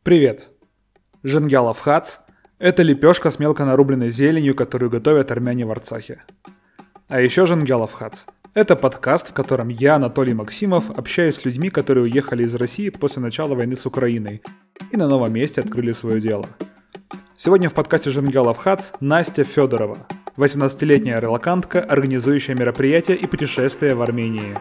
Привет! Женгялов хац– это лепешка с мелко нарубленной зеленью, которую готовят армяне в Арцахе. А еще Женгялов хац– это подкаст, в котором я, Анатолий Максимов, общаюсь с людьми, которые уехали из России после начала войны с Украиной и на новом месте открыли свое дело. Сегодня в подкасте Женгялов хац Настя Федорова, 18-летняя релокантка, организующая мероприятия и путешествия в Армении.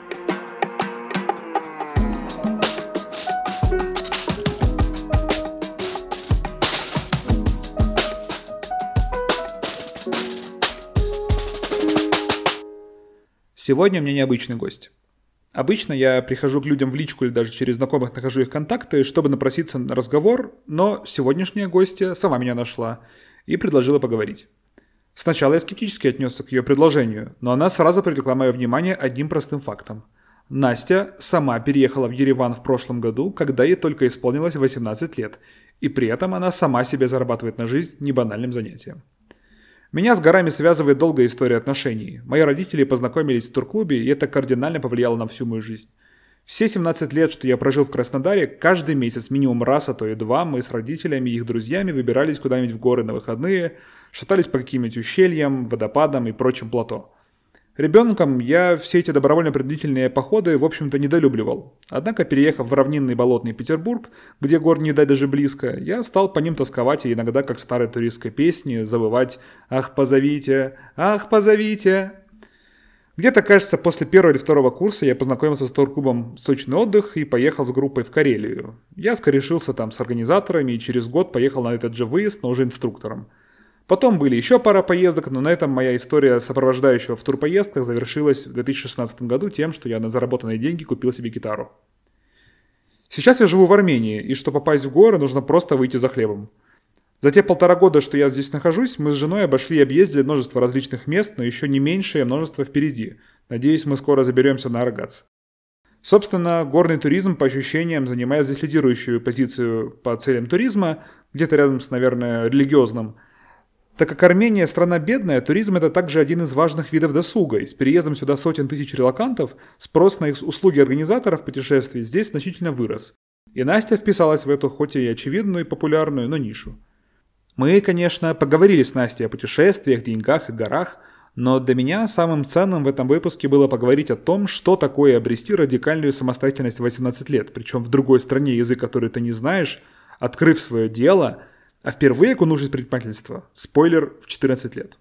Сегодня у меня необычный гость. Обычно я прихожу к людям в личку или даже через знакомых нахожу их контакты, чтобы напроситься на разговор, но сегодняшняя гостья сама меня нашла и предложила поговорить. Сначала я скептически отнесся к ее предложению, но она сразу привлекла мое внимание одним простым фактом. Настя сама переехала в Ереван в прошлом году, когда ей только исполнилось 18 лет, и при этом она сама себе зарабатывает на жизнь небанальным занятием. Меня с горами связывает долгая история отношений. Мои родители познакомились в турклубе, и это кардинально повлияло на всю мою жизнь. Все 17 лет, что я прожил в Краснодаре, каждый месяц минимум раз, а то и два, мы с родителями и их друзьями выбирались куда-нибудь в горы на выходные, шатались по каким-нибудь ущельям, водопадам и прочим плато. Ребенком я все эти добровольно-принудительные походы, в общем-то, недолюбливал. Однако, переехав в равнинный болотный Петербург, где гор не дай даже близко, я стал по ним тосковать и иногда, как в старой туристской песне, завывать «Ах, позовите! Ах, позовите!». Где-то, кажется, после первого или второго курса я познакомился с турклубом «Сочный отдых» и поехал с группой в Карелию. Я скорешился там с организаторами и через год поехал на этот же выезд, но уже инструктором. Потом были еще пара поездок, но на этом моя история сопровождающего в турпоездках завершилась в 2016 году тем, что я на заработанные деньги купил себе гитару. Сейчас я живу в Армении, и чтобы попасть в горы, нужно просто выйти за хлебом. За те 1,5 года, что я здесь нахожусь, мы с женой обошли и объездили множество различных мест, но еще не меньшее множество впереди. Надеюсь, мы скоро заберемся на Аргац. Собственно, горный туризм, по ощущениям, занимает здесь лидирующую позицию по целям туризма, где-то рядом с, наверное, религиозным. Так как Армения страна бедная, туризм – это также один из важных видов досуга, и с переездом сюда сотен тысяч релокантов спрос на их услуги организаторов путешествий здесь значительно вырос. И Настя вписалась в эту, хоть и очевидную и популярную, но нишу. Мы, конечно, поговорили с Настей о путешествиях, деньгах и горах, но для меня самым ценным в этом выпуске было поговорить о том, что такое обрести радикальную самостоятельность в 18 лет, причем в другой стране, язык, который ты не знаешь, открыв свое дело, а впервые окунувшись в предпринимательство, спойлер, в 14 лет.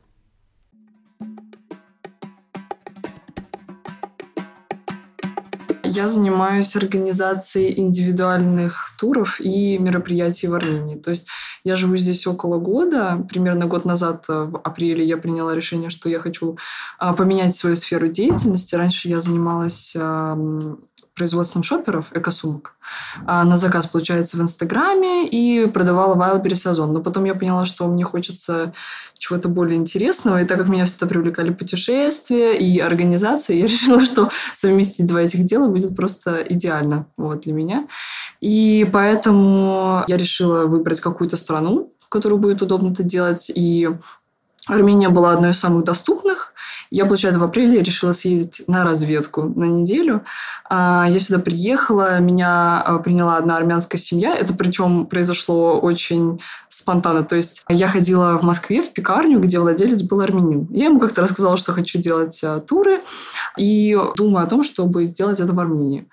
Я занимаюсь организацией индивидуальных туров и мероприятий в Армении. То есть я живу здесь около года. Примерно год назад, в апреле, я приняла решение, что я хочу поменять свою сферу деятельности. Раньше я занималась производством шоперов, экосумок, на заказ, получается, в Инстаграме и продавала Wildberries Озон. Но потом я поняла, что мне хочется чего-то более интересного, и так как меня всегда привлекали путешествия и организации, я решила, что совместить два этих дела будет просто идеально для меня. И поэтому я решила выбрать какую-то страну, в которой будет удобно это делать, и Армения была одной из самых доступных. Я, получается, в апреле решила съездить на разведку на неделю. Я сюда приехала, меня приняла одна армянская семья. Это причем произошло очень спонтанно. То есть я ходила в Москве в пекарню, где владелец был армянин. Я ему как-то рассказала, что хочу делать туры, и думаю о том, чтобы сделать это в Армении.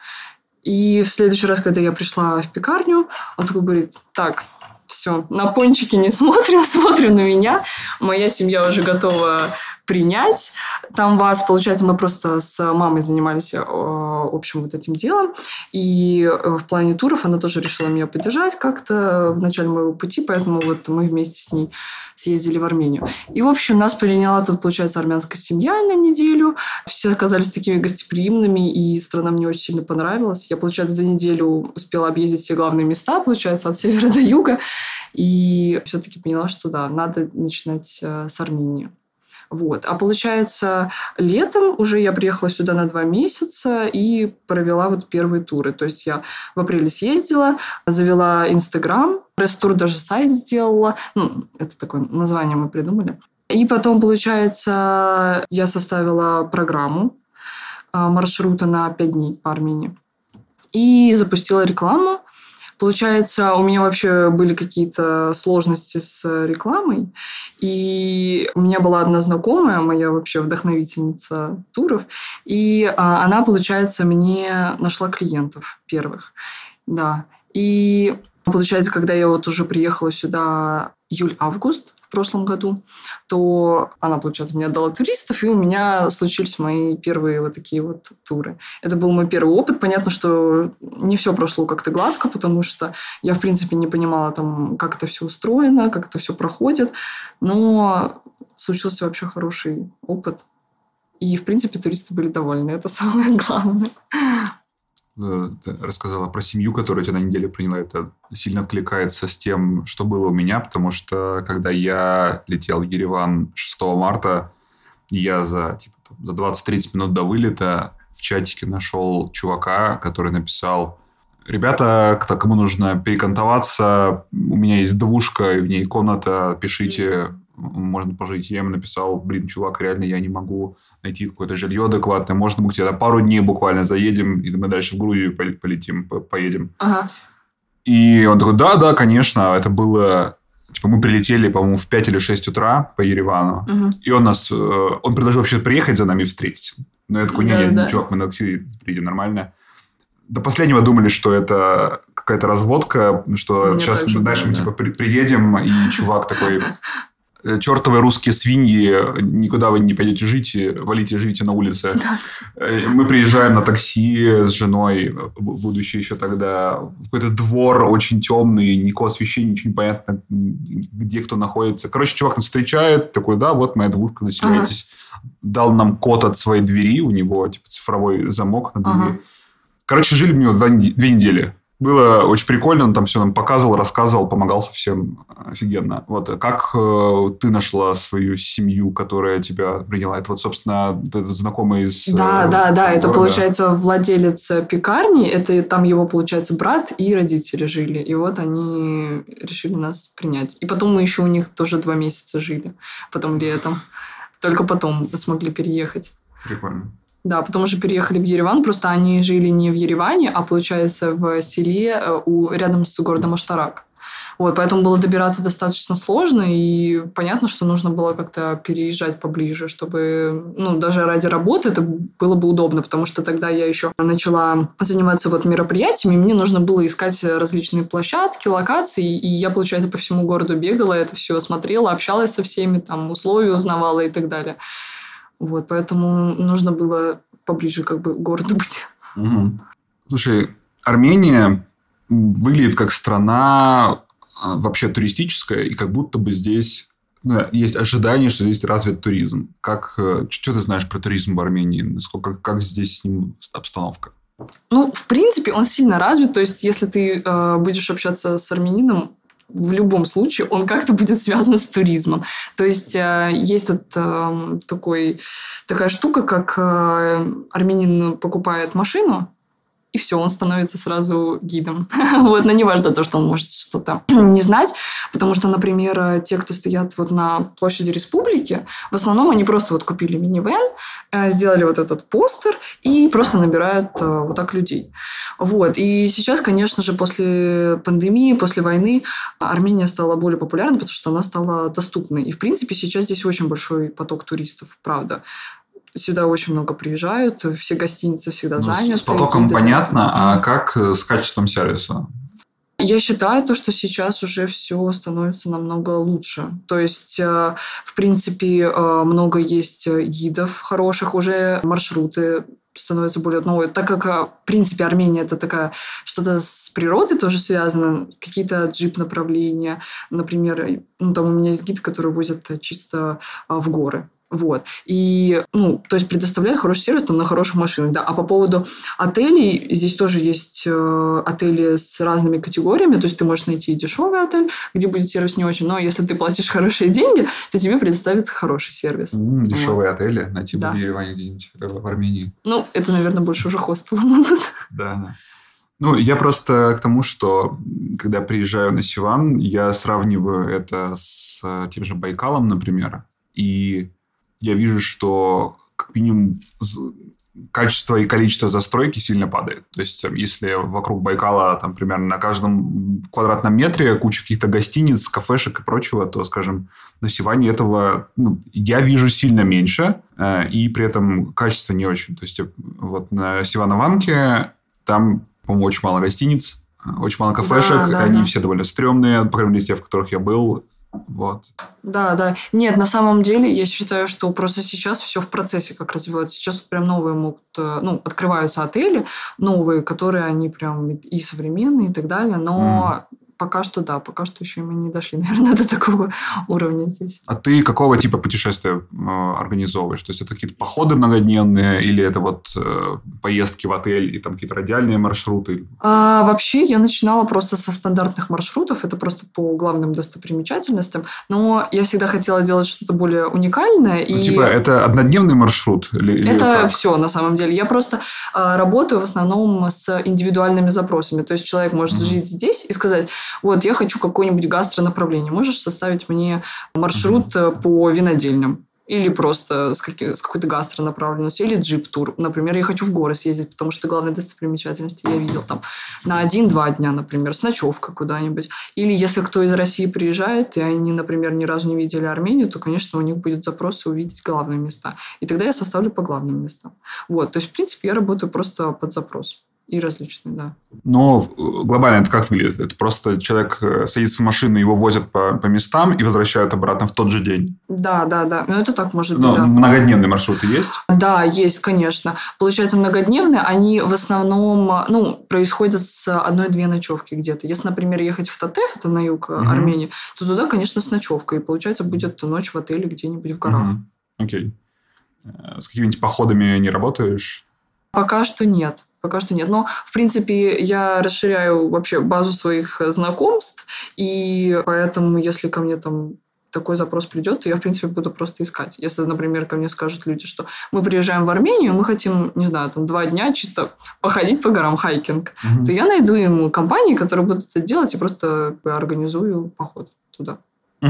И в следующий раз, когда я пришла в пекарню, он такой говорит: так, все, на пончики не смотрим, смотрим на меня. Моя семья уже готова принять. Там вас, получается, мы просто с мамой занимались общим этим делом. И в плане туров она тоже решила меня поддержать как-то в начале моего пути, поэтому мы вместе с ней съездили в Армению. И, в общем, нас приняла тут, получается, армянская семья на неделю. Все оказались такими гостеприимными, и страна мне очень сильно понравилась. Я, получается, за неделю успела объездить все главные места, получается, от севера до юга. И все-таки поняла, что да, надо начинать с Армении. А получается, летом уже я приехала сюда на 2 месяца и провела первые туры. То есть я в апреле съездила, завела Инстаграм, пресс-тур, даже сайт сделала. Это такое название мы придумали. И потом, получается, я составила программу маршрута на 5 дней по Армении и запустила рекламу. Получается, у меня вообще были какие-то сложности с рекламой, и у меня была одна знакомая, моя вообще вдохновительница туров, и она, получается, мне нашла клиентов первых, да. И получается, когда я вот уже приехала сюда июль-август в прошлом году, то она, получается, мне отдала туристов, и у меня случились мои первые вот такие вот туры. Это был мой первый опыт. Понятно, что не все прошло как-то гладко, потому что я, в принципе, не понимала, там, как это все устроено, как это все проходит. Но случился вообще хороший опыт. И, в принципе, туристы были довольны. Это самое главное. Ты рассказала про семью, которую тебя на неделю приняла. Это сильно откликается с тем, что было у меня, потому что когда я летел в Ереван 6 марта, я за 20-30 минут до вылета в чатике нашел чувака, который написал: ребята, кому нужно перекантоваться, у меня есть двушка, и в ней комната, пишите, можно пожить. Я ему написал: чувак, реально я не могу найти какое-то жилье адекватное, может, мы к тебе на пару дней буквально заедем, и мы дальше в Грузию полетим, поедем. Ага. И он такой: да, конечно. Это было... мы прилетели, по-моему, в 5 или 6 утра по Еревану. Угу. И он предложил вообще приехать за нами и встретить. Но я такой: нет, чувак, мы на такси приедем нормально. До последнего думали, что это какая-то разводка, что мне сейчас мы дальше да. приедем, и чувак такой: чертовы русские свиньи, никуда вы не пойдете жить, валите, живите на улице. Да. Мы приезжаем на такси с женой, будущей еще тогда, в какой-то двор очень темный, никакого освещения, ничего не понятно, где кто находится. Короче, чувак нас встречает, такой: да, вот моя двушка, заселяйтесь. Дал нам код от своей двери, у него цифровой замок на двери. Короче, жили у него 2 недели. Было очень прикольно, он там все нам показывал, рассказывал, помогал совсем офигенно. Вот как ты нашла свою семью, которая тебя приняла? Это вот, собственно, этот знакомый из Да, города. Это, получается, владелец пекарни, это там его, получается, брат и родители жили. И вот они решили нас принять. И потом мы еще у них тоже 2 месяца жили, потом летом. Только потом смогли переехать. Прикольно. Да, потом уже переехали в Ереван, просто они жили не в Ереване, а, получается, в селе рядом с городом Аштарак. Вот, поэтому было добираться достаточно сложно, и понятно, что нужно было как-то переезжать поближе, чтобы, даже ради работы это было бы удобно, потому что тогда я еще начала заниматься вот мероприятиями, и мне нужно было искать различные площадки, локации, и я, получается, по всему городу бегала, это все смотрела, общалась со всеми, там, условия узнавала и так далее. Вот, поэтому нужно было поближе к городу быть. Угу. Слушай, Армения выглядит как страна вообще туристическая, и как будто бы здесь есть ожидание, что здесь развит туризм. Что ты знаешь про туризм в Армении? Как здесь с ним обстановка? В принципе, он сильно развит. То есть, если ты будешь общаться с армянином, в любом случае он как-то будет связан с туризмом. То есть, есть тут такая штука, как армянин покупает машину, и все, он становится сразу гидом. Вот, но не важно то, что он может что-то не знать, потому что, например, те, кто стоят вот на площади Республики, в основном они просто вот купили минивэн, сделали вот этот постер и просто набирают вот так людей. Вот. И сейчас, конечно же, после пандемии, после войны Армения стала более популярной, потому что она стала доступной. И, в принципе, сейчас здесь очень большой поток туристов, правда. Сюда очень много приезжают, все гостиницы всегда заняты. С потоком понятно, а как с качеством сервиса? Я считаю, что сейчас уже все становится намного лучше. То есть, в принципе, много есть гидов хороших, уже маршруты становятся более... так как, в принципе, Армения – это такая что-то с природой тоже связано, какие-то джип-направления. Например, там у меня есть гид, который возит чисто в горы. Вот. И, то есть, предоставляют хороший сервис там на хороших машинах, да. А по поводу отелей, здесь тоже есть отели с разными категориями, то есть, ты можешь найти дешевый отель, где будет сервис не очень, но если ты платишь хорошие деньги, то тебе предоставится хороший сервис. Дешевые отели найти да. в Ереване где-нибудь в Армении. Это, наверное, больше уже хостелы будут. Да. Я просто к тому, что когда приезжаю на Севан, я сравниваю это с тем же Байкалом, например, и я вижу, что как минимум качество и количество застройки сильно падает. То есть, если вокруг Байкала там примерно на каждом квадратном метре куча каких-то гостиниц, кафешек и прочего, то, скажем, на Сиване этого я вижу сильно меньше, и при этом качество не очень. То есть, вот на Сивано-Ванке там, по-моему, очень мало гостиниц, очень мало кафешек, они все довольно стрёмные, по крайней мере, те, в которых я был. Вот. Да. Нет, на самом деле, я считаю, что просто сейчас все в процессе как развивается. Сейчас прям новые могут... открываются отели новые, которые они прям и современные и так далее, но... Пока что еще мы не дошли, наверное, до такого уровня здесь. А ты какого типа путешествия организовываешь? То есть, это какие-то походы многодневные или это вот поездки в отель и там какие-то радиальные маршруты? Вообще, я начинала просто со стандартных маршрутов. Это просто по главным достопримечательностям. Но я всегда хотела делать что-то более уникальное. Это однодневный маршрут? Это все, на самом деле. Я просто работаю в основном с индивидуальными запросами. То есть, человек может жить здесь и сказать... Вот, я хочу какое-нибудь гастронаправление. Можешь составить мне маршрут по винодельням? Или просто с какой-то гастронаправленностью? Или джип-тур. Например, я хочу в горы съездить, потому что главные достопримечательности я видел там на 1-2 дня, например, с ночевкой куда-нибудь. Или если кто из России приезжает, и они, например, ни разу не видели Армению, то, конечно, у них будет запрос увидеть главные места. И тогда я составлю по главным местам. Вот. То есть, в принципе, я работаю просто под запрос. И различные, да. Но глобально это как выглядит? Это просто человек садится в машину, его возят по местам и возвращают обратно в тот же день? Да. Ну, это так может быть, да. Многодневные маршруты есть? Да, есть, конечно. Получается, многодневные, они в основном происходят с 1-2 ночевки где-то. Если, например, ехать в Татев, это на юг Армении, то туда, конечно, с ночевкой. И получается, будет ночь в отеле где-нибудь в горах. Окей. С какими-нибудь походами не работаешь? Пока что нет. Но, в принципе, я расширяю вообще базу своих знакомств, и поэтому, если ко мне там такой запрос придет, то я, в принципе, буду просто искать. Если, например, ко мне скажут люди, что мы приезжаем в Армению, мы хотим, не знаю, там 2 дня чисто походить по горам, хайкинг, то я найду им компании, которые будут это делать, и просто организую поход туда.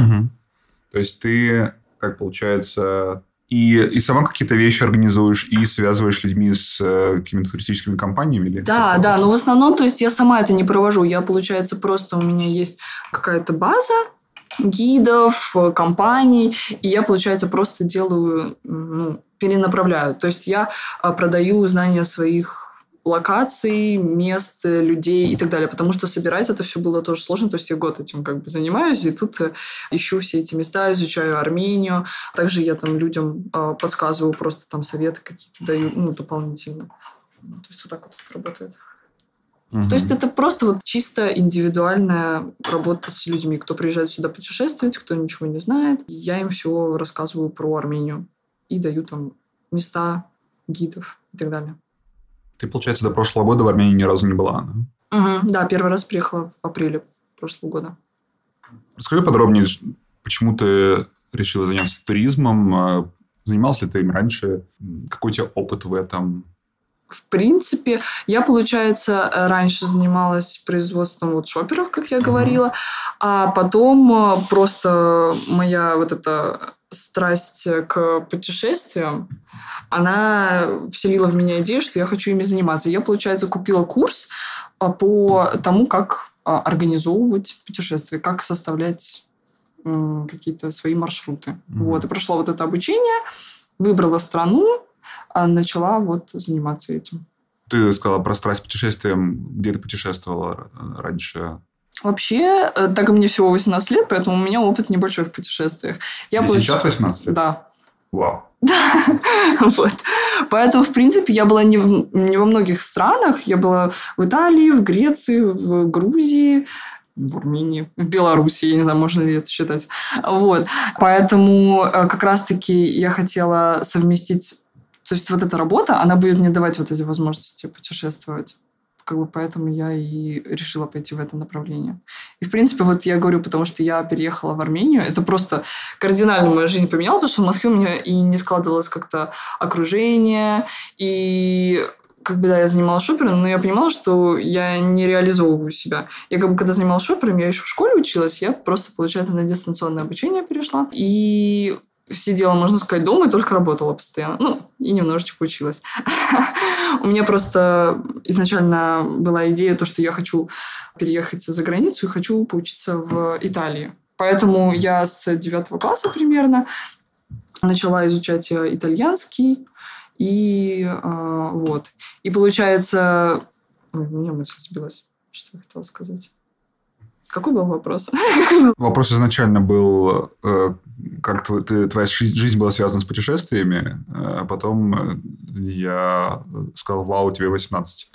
То есть, ты, как получается... И сама какие-то вещи организуешь и связываешь людьми с какими-то туристическими компаниями? Или да, но в основном, то есть я сама это не провожу. Я, получается, просто у меня есть какая-то база гидов, компаний, и я, получается, просто делаю, перенаправляю. То есть я продаю знания своих локаций, мест, людей и так далее. Потому что собирать это все было тоже сложно. То есть я год этим занимаюсь, и тут ищу все эти места, изучаю Армению. Также я там людям подсказываю, просто там советы какие-то даю, дополнительно. То есть вот так вот это работает. То есть это просто чисто индивидуальная работа с людьми. Кто приезжает сюда путешествовать, кто ничего не знает. Я им все рассказываю про Армению. И даю там места, гидов и так далее. Ты, получается, до прошлого года в Армении ни разу не была, да? Да, первый раз приехала в апреле прошлого года. Расскажи подробнее, почему ты решила заняться туризмом? Занималась ли ты им раньше? Какой у тебя опыт в этом? В принципе, я, получается, раньше занималась производством шоперов, как я говорила, а потом просто моя эта страсть к путешествиям, она вселила в меня идею, что я хочу ими заниматься. Я, получается, купила курс по тому, как организовывать путешествия, как составлять какие-то свои маршруты. И прошла это обучение, выбрала страну, начала заниматься этим. Ты сказала про страсть путешествиям. Где ты путешествовала раньше? Вообще, так как мне всего 18 лет, поэтому у меня опыт небольшой в путешествиях. Сейчас 18 лет? Да. Вау. Поэтому, в принципе, я была не во многих странах. Я была в Италии, в Греции, в Грузии, в Армении, в Беларуси, я не знаю, можно ли это считать. Поэтому как раз-таки я хотела совместить... То есть эта работа, она будет мне давать эти возможности путешествовать. Поэтому я и решила пойти в это направление. И, в принципе, я говорю, потому что я переехала в Армению. Это просто кардинально мою жизнь поменяло, потому что в Москве у меня и не складывалось как-то окружение. И я занималась шопером, но я понимала, что я не реализовываю себя. Я когда занималась шопером, я еще в школе училась, я просто, получается, на дистанционное обучение перешла. И сидела, можно сказать, дома и только работала постоянно. Ну, и немножечко училась. У меня просто изначально была идея, то, что я хочу переехать за границу и хочу поучиться в Италии. Поэтому я с 9 класса примерно начала изучать итальянский. И вот. И получается... Ой, у меня мысль сбилась. Что я хотела сказать? Какой был вопрос? Вопрос изначально был, как твоя жизнь была связана с путешествиями, а потом я сказал, вау, тебе 18.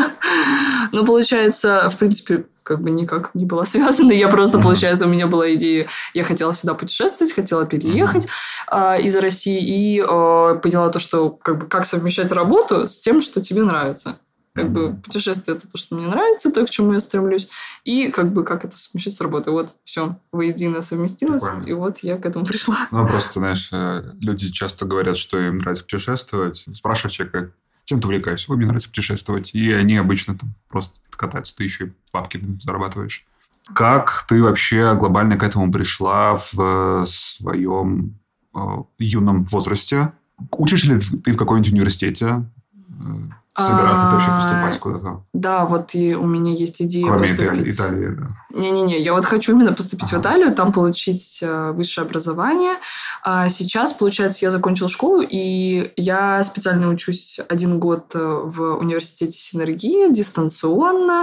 Ну, получается, в принципе, как бы никак не была связана. Я просто, получается, у меня была идея, я хотела сюда путешествовать, хотела переехать из России и поняла то, что как совмещать работу с тем, что тебе нравится. Путешествие – это то, что мне нравится, то, к чему я стремлюсь. И как это совмещать с работой. Вот, все, воедино совместилось. Прикольно. И вот я к этому пришла. Ну, просто, знаешь, люди часто говорят, что им нравится путешествовать. Спрашивают человека, чем ты увлекаешься? Ой, мне нравится путешествовать. И они обычно там просто катаются. Ты еще и бабки зарабатываешь. Как ты вообще глобально к этому пришла в своем юном возрасте? Учишь ли ты в каком-нибудь университете? Собираться ты вообще поступать куда-то? Да, вот и у меня есть идея кроме поступить... Италии, да. Не-не-не, я вот хочу именно поступить в Италию, там получить высшее образование. А сейчас, получается, я закончила школу, и я специально учусь 1 год в университете Синергия дистанционно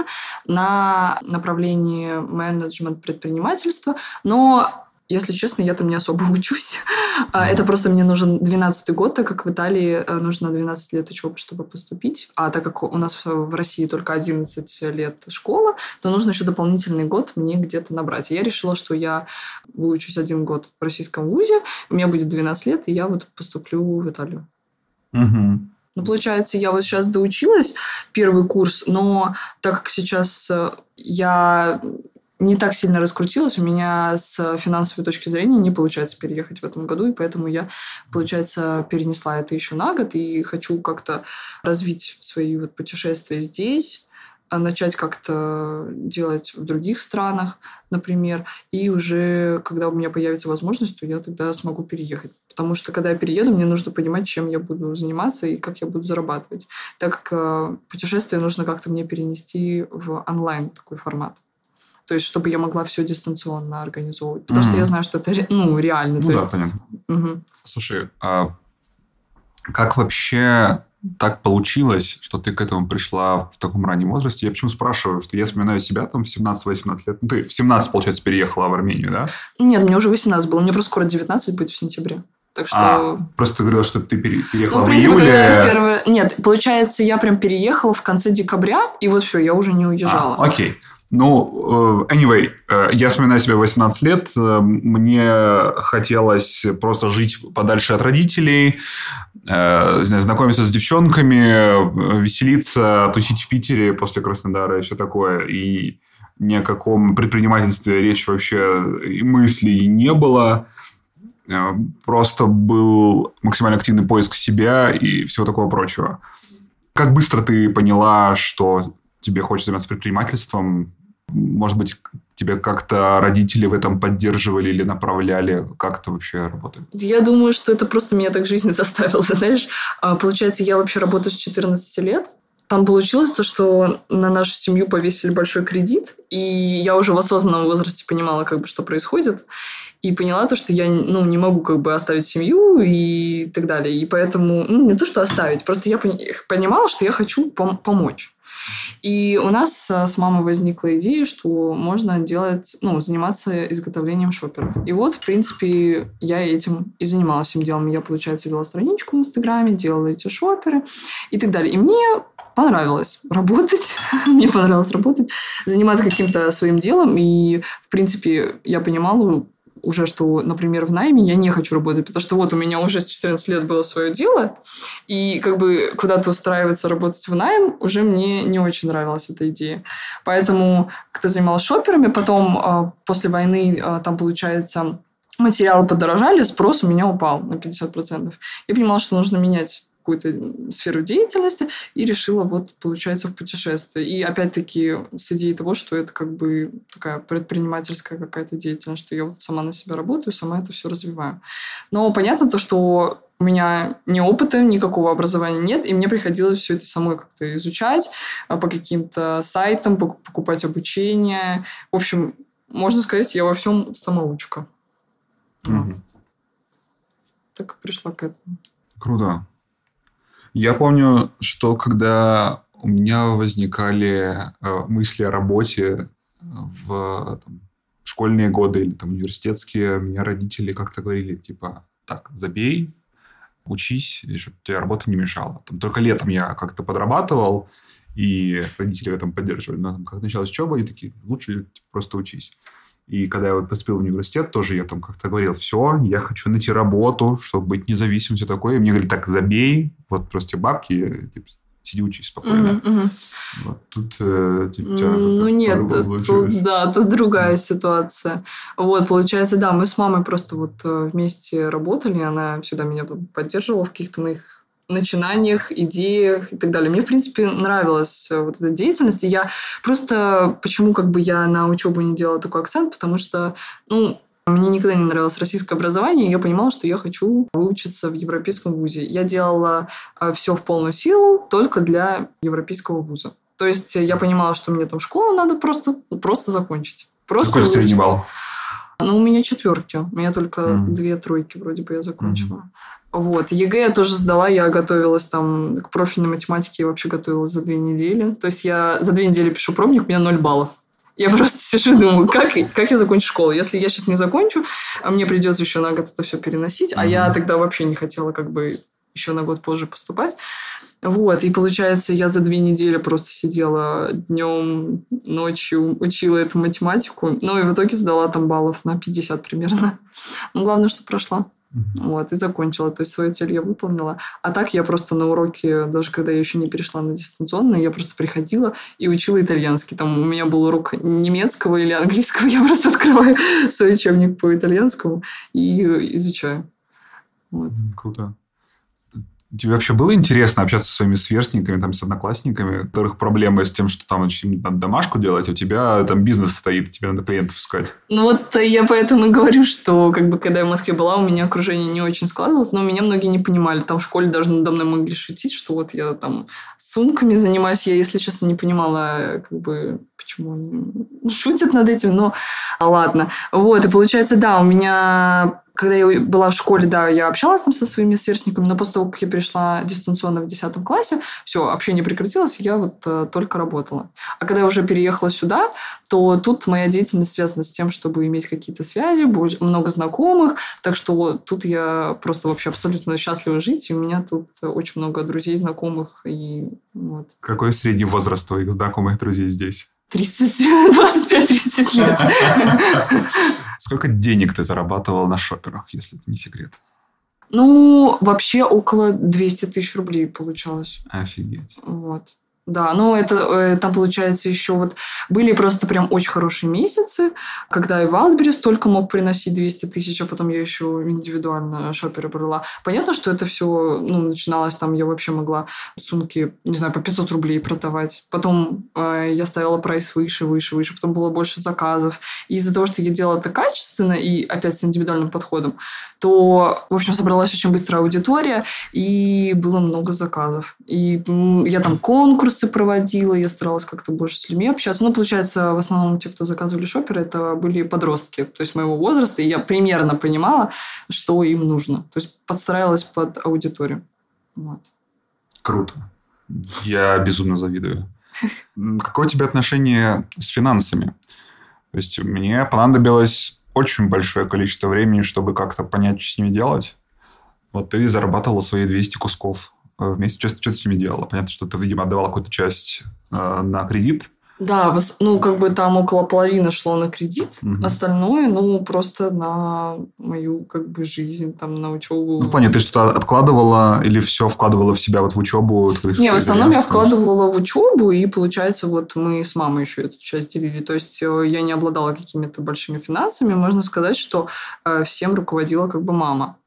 на направлении менеджмент предпринимательства, но... Если честно, я там не особо учусь. Это просто мне нужен 12-й год, так как в Италии нужно 12 лет учебы, чтобы поступить. А так как у нас в России только 11 лет школа, то нужно еще дополнительный год мне где-то набрать. И я решила, что я выучусь 1 год в российском вузе, у меня будет 12 лет, и я вот поступлю в Италию. Ну, получается, я вот сейчас доучилась 1 курс, но так как сейчас я... не так сильно раскрутилась, у меня с финансовой точки зрения не получается переехать в этом году, и поэтому я, получается, перенесла это еще на год, и хочу как-то развить свои вот путешествия здесь, начать как-то делать в других странах, например, и уже, когда у меня появится возможность, то я тогда смогу переехать. Потому что, когда я перееду, мне нужно понимать, чем я буду заниматься и как я буду зарабатывать. Так как путешествие нужно как-то мне перенести в онлайн такой формат. То есть, чтобы я могла все дистанционно организовывать. Потому что я знаю, что это реально. Ну, то да, есть... понятно. Слушай, а как вообще так получилось, что ты к этому пришла в таком раннем возрасте? Я почему спрашиваю, что я вспоминаю себя там в 17-18 лет. Ну, ты в 17, получается, переехала в Армению, да? Нет, мне уже 18 было. Мне просто скоро 19 будет в сентябре. Так что... просто ты говорила, что ты переехала в принципе, в июле. Когда Нет, получается, я прям переехала в конце декабря, и вот все, я уже не уезжала. Окей. Ну, anyway, я вспоминаю себя в 18 лет. Мне хотелось просто жить подальше от родителей, знакомиться с девчонками, веселиться, тусить в Питере после Краснодара и все такое. И ни о каком предпринимательстве речи вообще и мыслей не было. Просто был максимально активный поиск себя и всего такого прочего. Как быстро ты поняла, что тебе хочется заниматься предпринимательством? Может быть, тебе как-то родители в этом поддерживали или направляли? Как это вообще работает? Я думаю, что это просто меня так жизнь заставила. Знаешь, получается, я вообще работаю с 14 лет. Там получилось то, что на нашу семью повесили большой кредит, и я уже в осознанном возрасте понимала, что происходит, и поняла то, что я не могу оставить семью и так далее. И поэтому, не то, что оставить, просто я понимала, что я хочу помочь. И у нас с мамой возникла идея, что можно заниматься изготовлением шоперов. И вот, в принципе, я этим и занималась всем делом. Я, получается, вела страничку в Инстаграме, делала эти шоперы и так далее. И мне понравилось работать. Мне понравилось работать, заниматься каким-то своим делом. И, в принципе, я понимала уже, что, например, в найме я не хочу работать, потому что вот у меня уже с 14 лет было свое дело, и куда-то устраиваться, работать в найм уже мне не очень нравилась эта идея. Поэтому как-то занималась шоперами, потом после войны там, получается, материалы подорожали, спрос у меня упал на 50%. Я понимала, что нужно менять какую-то сферу деятельности и решила вот, получается, в путешествие. И опять-таки с идеей того, что это как бы такая предпринимательская какая-то деятельность, что я вот сама на себя работаю, сама это все развиваю. Но понятно то, что у меня ни опыта, никакого образования нет, и мне приходилось все это самой как-то изучать по каким-то сайтам, покупать обучение. В общем, можно сказать, я во всем самоучка. Вот. Так пришла к этому. Круто. Я помню, что когда у меня возникали мысли о работе в школьные годы или университетские, меня родители как-то говорили, типа, так, забей, учись, чтобы тебе работа не мешала. Только летом я как-то подрабатывал, и родители в этом поддерживали. Но как началась учеба, они такие, лучше просто учись. И когда я поступил в университет, тоже я как-то говорил, все, я хочу найти работу, чтобы быть независимым, все такое. И мне говорили, так, забей, вот просто бабки, типа, сиди, учись спокойно. Вот, тут ну нет, тут другая ситуация. Вот, получается, да, мы с мамой просто вот вместе работали, она всегда меня поддерживала в каких-то моих начинаниях, идеях и так далее. Мне, в принципе, нравилась вот эта деятельность. И я просто... Почему я на учебу не делала такой акцент? Потому что, мне никогда не нравилось российское образование, и я понимала, что я хочу выучиться в европейском вузе. Я делала все в полную силу только для европейского вуза. То есть я понимала, что мне там школу надо просто закончить. Какой средний балл? У меня 4. У меня только 2 тройки вроде бы я закончила. Вот. ЕГЭ я тоже сдала. Я готовилась к профильной математике. Я вообще готовилась за 2 недели. То есть я за 2 недели пишу пробник, у меня 0 баллов. Я просто сижу и думаю, как я закончу школу? Если я сейчас не закончу, мне придется еще на год это все переносить. А я тогда вообще не хотела еще на год позже поступать. Вот, и получается, я за 2 недели просто сидела днем, ночью, учила эту математику. И в итоге сдала баллов на 50 примерно. Но главное, что прошла. Вот, и закончила. То есть свою цель я выполнила. А так я просто на уроке, даже когда я еще не перешла на дистанционное, я просто приходила и учила итальянский. У меня был урок немецкого или английского. Я просто открываю свой учебник по итальянскому и изучаю. Вот. Круто. Тебе вообще было интересно общаться со своими сверстниками, с одноклассниками, у которых проблемы с тем, что им надо домашку делать, а у тебя бизнес стоит, тебе надо клиентов искать? Я поэтому и говорю, что когда я в Москве была, у меня окружение не очень складывалось, но меня многие не понимали. В школе даже надо мной могли шутить, что я сумками занимаюсь. Я, если честно, не понимала, почему они шутят над этим, но ладно. Вот, и получается, да, у меня... Когда я была в школе, да, я общалась со своими сверстниками, но после того, как я перешла дистанционно в 10 классе, все, общение прекратилось, и я только работала. А когда я уже переехала сюда, то тут моя деятельность связана с тем, чтобы иметь какие-то связи, много знакомых, так что тут я просто вообще абсолютно счастлива жить, и у меня тут очень много друзей, знакомых, и вот. Какой средний возраст твоих знакомых друзей здесь? 25-30 лет. Сколько денег ты зарабатывала на шоперах, если это не секрет? Вообще около 200 тысяч рублей получалось. Офигеть. Вот. Да, там, получается, еще были просто прям очень хорошие месяцы, когда и Wildberries только мог приносить 200 тысяч, а потом я еще индивидуально шоперы брала. Понятно, что это все, начиналось я вообще могла сумки, не знаю, по 500 рублей продавать. Потом я ставила прайс выше, потом было больше заказов. И из-за того, что я делала это качественно и опять с индивидуальным подходом, то, в общем, собралась очень быстро аудитория, и было много заказов. И я конкурсы проводила, я старалась как-то больше с людьми общаться. Получается, в основном те, кто заказывали шоперы, это были подростки, то есть моего возраста, и я примерно понимала, что им нужно. То есть подстраивалась под аудиторию. Вот. Круто. Я безумно завидую. Какое у тебя отношение с финансами? То есть мне понадобилось очень большое количество времени, чтобы как-то понять, что с ними делать. Вот ты зарабатывала свои 200 кусков в месяц. Что ты с ними делала? Понятно, что ты, видимо, отдавала какую-то часть на кредит. Да, там около половины шло на кредит, остальное, просто на мою, жизнь, на учебу. В плане, ты что-то откладывала или все вкладывала в себя в учебу? Не, в основном я вкладывала в учебу, и, получается, мы с мамой еще эту часть делили. То есть, я не обладала какими-то большими финансами. Можно сказать, что всем руководила мама.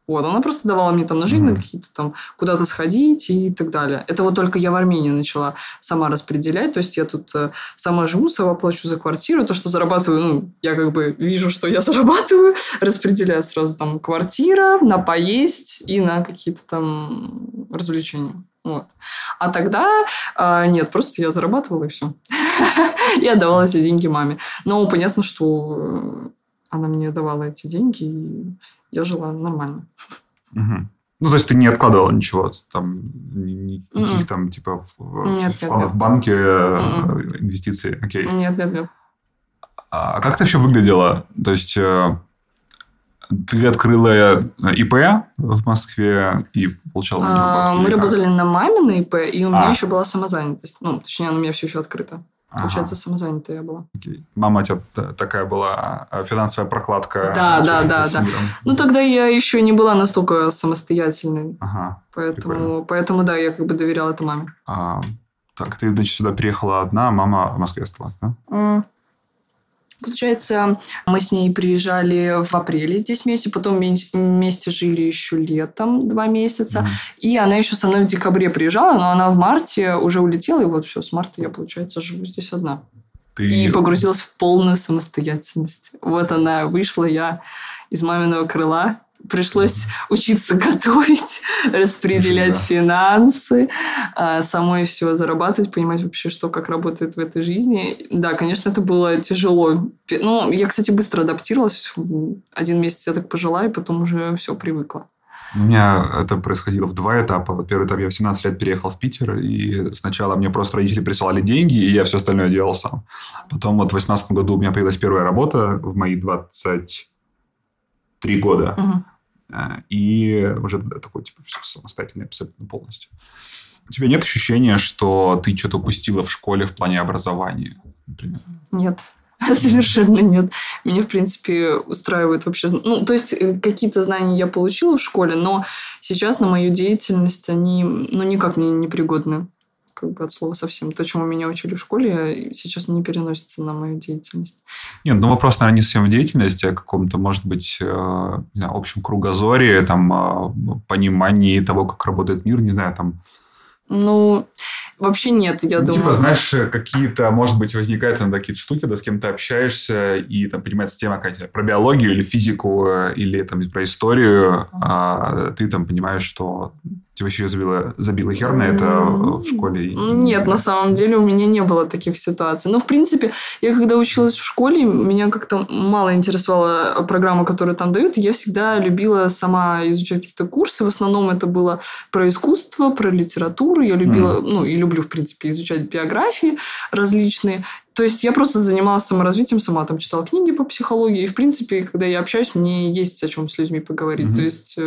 Вот, она просто давала мне там на жизнь, на какие-то там куда-то сходить и так далее. Это вот только я в Армении начала сама распределять. То есть я тут сама живу, сама плачу за квартиру. То, что зарабатываю, я как бы вижу, что я зарабатываю, распределяю сразу там квартира, на поесть и на какие-то там развлечения. Вот. А тогда нет, просто я зарабатывала и все. Я отдавала эти деньги маме. Но понятно, что она мне давала эти деньги, и я жила нормально. Ну, то есть ты не откладывала ничего, там, никаких там, типа, вкладов в банке, инвестиций? Окей. Нет. А как это вообще выглядело? То есть ты открыла ИП в Москве и получала на него бабки? Мы работали на маминой ИП, и у меня еще была самозанятость. Ну, точнее, она у меня все еще открыта. Получается, самозанятая я была. Окей. Мама у тебя такая была финансовая прокладка. Да. Ну, тогда я еще не была настолько самостоятельной. Поэтому, да, я как бы доверяла это маме. Так, ты, значит, сюда приехала одна, а мама в Москве осталась, да? Получается, мы с ней приезжали в апреле здесь вместе, потом вместе жили еще летом 2 месяца. И она еще со мной в декабре приезжала, но она в марте уже улетела, и вот все, с марта я, получается, живу здесь одна. И погрузилась в полную самостоятельность. Вот она вышла, я из маминого крыла. Пришлось учиться готовить, распределять финансы, самой все зарабатывать, понимать вообще, что как работает в этой жизни. Да, конечно, это было тяжело. Ну, я, кстати, быстро адаптировалась. 1 месяц я так пожила, и потом уже все привыкла. У меня это происходило в 2 этапа. Вот первый этап, я в 17 лет переехал в Питер, и сначала мне просто родители присылали деньги, и я все остальное делал сам. Потом вот в 18 году у меня появилась первая работа в мои 23 года. И уже такой, типа, все самостоятельно абсолютно полностью. У тебя нет ощущения, что ты что-то упустила в школе в плане образования, например? Нет. Совершенно нет. Меня, в принципе, устраивает вообще... Ну, то есть, какие-то знания я получила в школе, но сейчас на мою деятельность они, никак мне не пригодны. Как бы от слова совсем. То, чему меня учили в школе, сейчас не переносится на мою деятельность. Нет, вопрос, наверное, не совсем в деятельности, а каком-то, может быть, не знаю, общем кругозоре, там, понимании того, как работает мир, не знаю, там... Вообще нет, я думаю. Типа, знаешь, какие-то, может быть, возникают там какие-то штуки, да, с кем ты общаешься, и там поднимается тема какая-то про биологию или физику, или там про историю, а ты там понимаешь, что ты вообще забила хер на это в школе. Нет, на самом деле у меня не было таких ситуаций. Но, в принципе, я когда училась в школе, меня как-то мало интересовала программа, которую там дают. Я всегда любила сама изучать какие-то курсы. В основном это было про искусство, про литературу. Я любила, и люблю, в принципе, изучать биографии различные. То есть, я просто занималась саморазвитием сама, там, читала книги по психологии. И, в принципе, когда я общаюсь, мне есть о чем с людьми поговорить. То есть,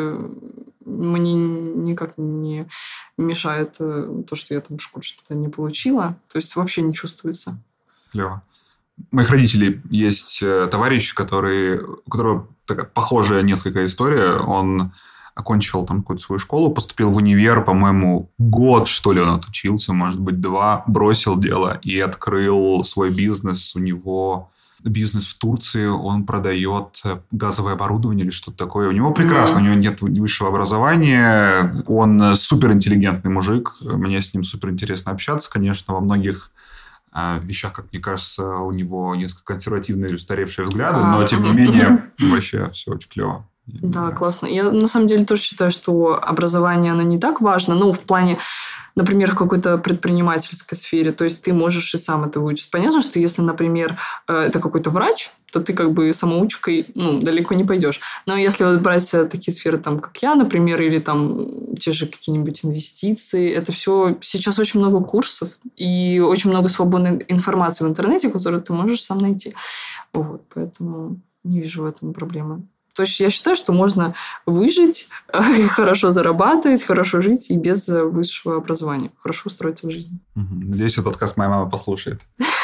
мне никак не мешает то, что я там в школе что-то не получила. То есть, вообще не чувствуется. Клево. У моих родителей есть товарищ, у которого такая похожая несколько история. Он окончил там какую-то свою школу, поступил в универ, по-моему, год, что ли, он отучился, может быть, 2, бросил дело и открыл свой бизнес. У него бизнес в Турции, он продает газовое оборудование или что-то такое. У него прекрасно, у него нет высшего образования, он суперинтеллигентный мужик, мне с ним суперинтересно общаться, конечно, во многих вещах, как мне кажется, у него несколько консервативные или устаревшие взгляды, но, тем не менее, вообще все очень клево. Да, классно. Я, на самом деле, тоже считаю, что образование, оно не так важно. В плане, например, в какой-то предпринимательской сфере. То есть, ты можешь и сам это выучить. Понятно, что если, например, это какой-то врач, то ты как бы самоучкой далеко не пойдешь. Но если вот брать такие сферы, там, как я, например, или там те же какие-нибудь инвестиции, это все... Сейчас очень много курсов и очень много свободной информации в интернете, которую ты можешь сам найти. Вот, поэтому не вижу в этом проблемы. То есть, я считаю, что можно выжить, хорошо зарабатывать, хорошо жить и без высшего образования. Хорошо устроиться в жизни. Надеюсь, этот подкаст моя мама послушает.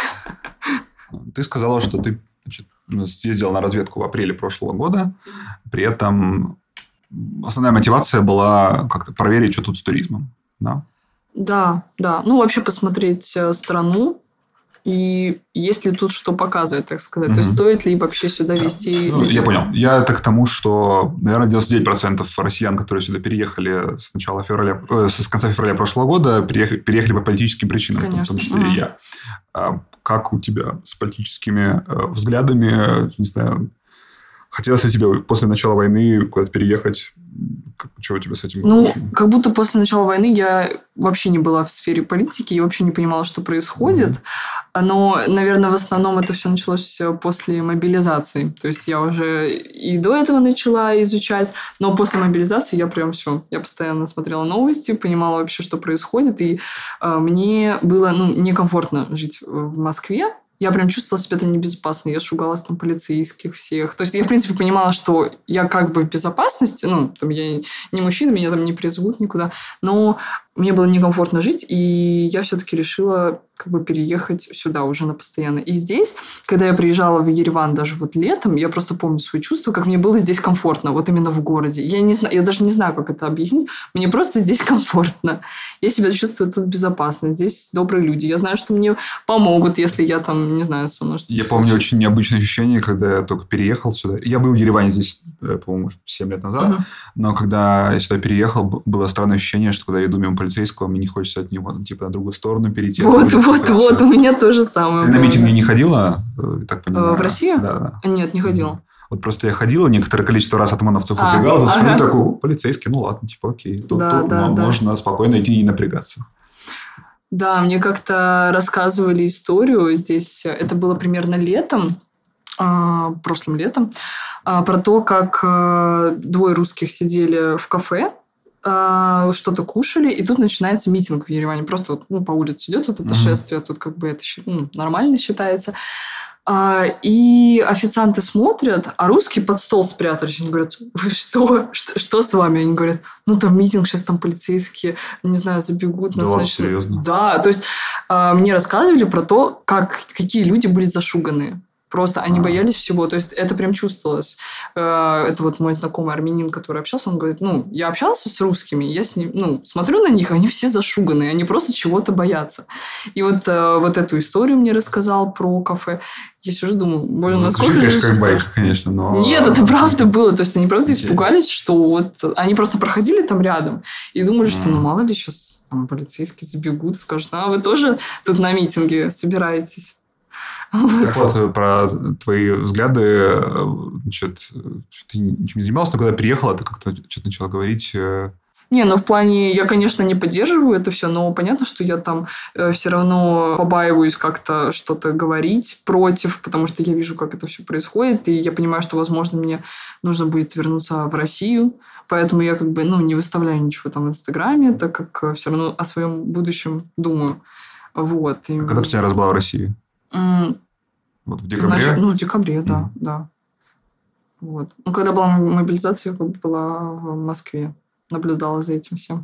Ты сказала, что ты съездила на разведку в апреле прошлого года. При этом основная мотивация была как-то проверить, что тут с туризмом. Да? Да. Вообще посмотреть страну. И есть ли тут что показывать, так сказать? То есть стоит ли вообще сюда везти... Я понял. Я это к тому, что, наверное, 99% россиян, которые сюда переехали с конца февраля прошлого года, переехали по политическим причинам, Конечно. в том числе и я. Как у тебя с политическими взглядами, не знаю, хотелось ли тебе после начала войны куда-то переехать? Что у тебя с этим было? Как будто после начала войны я вообще не была в сфере политики и вообще не понимала, что происходит. Но, наверное, в основном это все началось после мобилизации. То есть я уже и до этого начала изучать, но после мобилизации я прям все. Я постоянно смотрела новости, понимала вообще, что происходит. И мне было некомфортно жить в Москве. Я прям чувствовала себя там небезопасно. Я шугалась там полицейских всех. То есть я, в принципе, понимала, что я как бы в безопасности. Там я не мужчина, меня там не призовут никуда. Но мне было некомфортно жить, и я все-таки решила как бы переехать сюда уже на постоянно. И здесь, когда я приезжала в Ереван даже вот летом, я просто помню свои чувства, как мне было здесь комфортно, вот именно в городе. Я даже не знаю, как это объяснить. Мне просто здесь комфортно. Я себя чувствую тут безопасно. Здесь добрые люди. Я знаю, что мне помогут, если я там, не знаю, со мной что-то... Я помню очень необычное ощущение, когда я только переехал сюда. Я был в Ереване здесь, по-моему, 7 лет назад. Но когда я сюда переехал, было странное ощущение, что когда я иду мимо полицейского, мне не хочется от него на другую сторону перейти. Вот, у меня то же самое. Ты на митинги не ходила, так понимаю? В Россию? Да. Нет, не ходила. Вот просто я ходила некоторое количество раз от ОМОНовцев убегал, но смотрю такой, полицейский, ладно, окей, тут можно спокойно идти и не напрягаться. Да, мне как-то рассказывали историю здесь, это было примерно летом, прошлым летом, про то, как двое русских сидели в кафе, что-то кушали, и тут начинается митинг в Ереване. Просто по улице идет вот это шествие, тут как бы это нормально считается. И официанты смотрят, а русские под стол спрятались. Они говорят, вы что? Что с вами? Они говорят, там митинг, сейчас там полицейские, не знаю, забегут. Да ладно, серьезно? Да, то есть мне рассказывали про то, какие люди были зашуганные. Просто они боялись всего. То есть это прям чувствовалось. Это вот мой знакомый армянин, который общался, он говорит, я общался с русскими, я с ним, смотрю на них, они все зашуганные, они просто чего-то боятся. И вот эту историю мне рассказал про кафе. Я сижу, думаю, насколько... Звучит, конечно, как байка, конечно, но... Нет, это правда было. То есть они правда испугались, что они просто проходили там рядом и думали, что мало ли сейчас там полицейские забегут, скажут, вы тоже тут на митинге собираетесь. Так вот, про твои взгляды, значит, ты ничем не занималась, но когда приехала, ты как-то что-то начала говорить... Не, в плане, я, конечно, не поддерживаю это все, но понятно, что я там все равно побаиваюсь как-то что-то говорить против, потому что я вижу, как это все происходит, и я понимаю, что, возможно, мне нужно будет вернуться в Россию, поэтому я как бы, не выставляю ничего там в Инстаграме, так как все равно о своем будущем думаю. Вот. Когда последний раз была в России? Вот в декабре? В декабре, да. Вот. Когда была мобилизация, я была в Москве. Наблюдала за этим всем.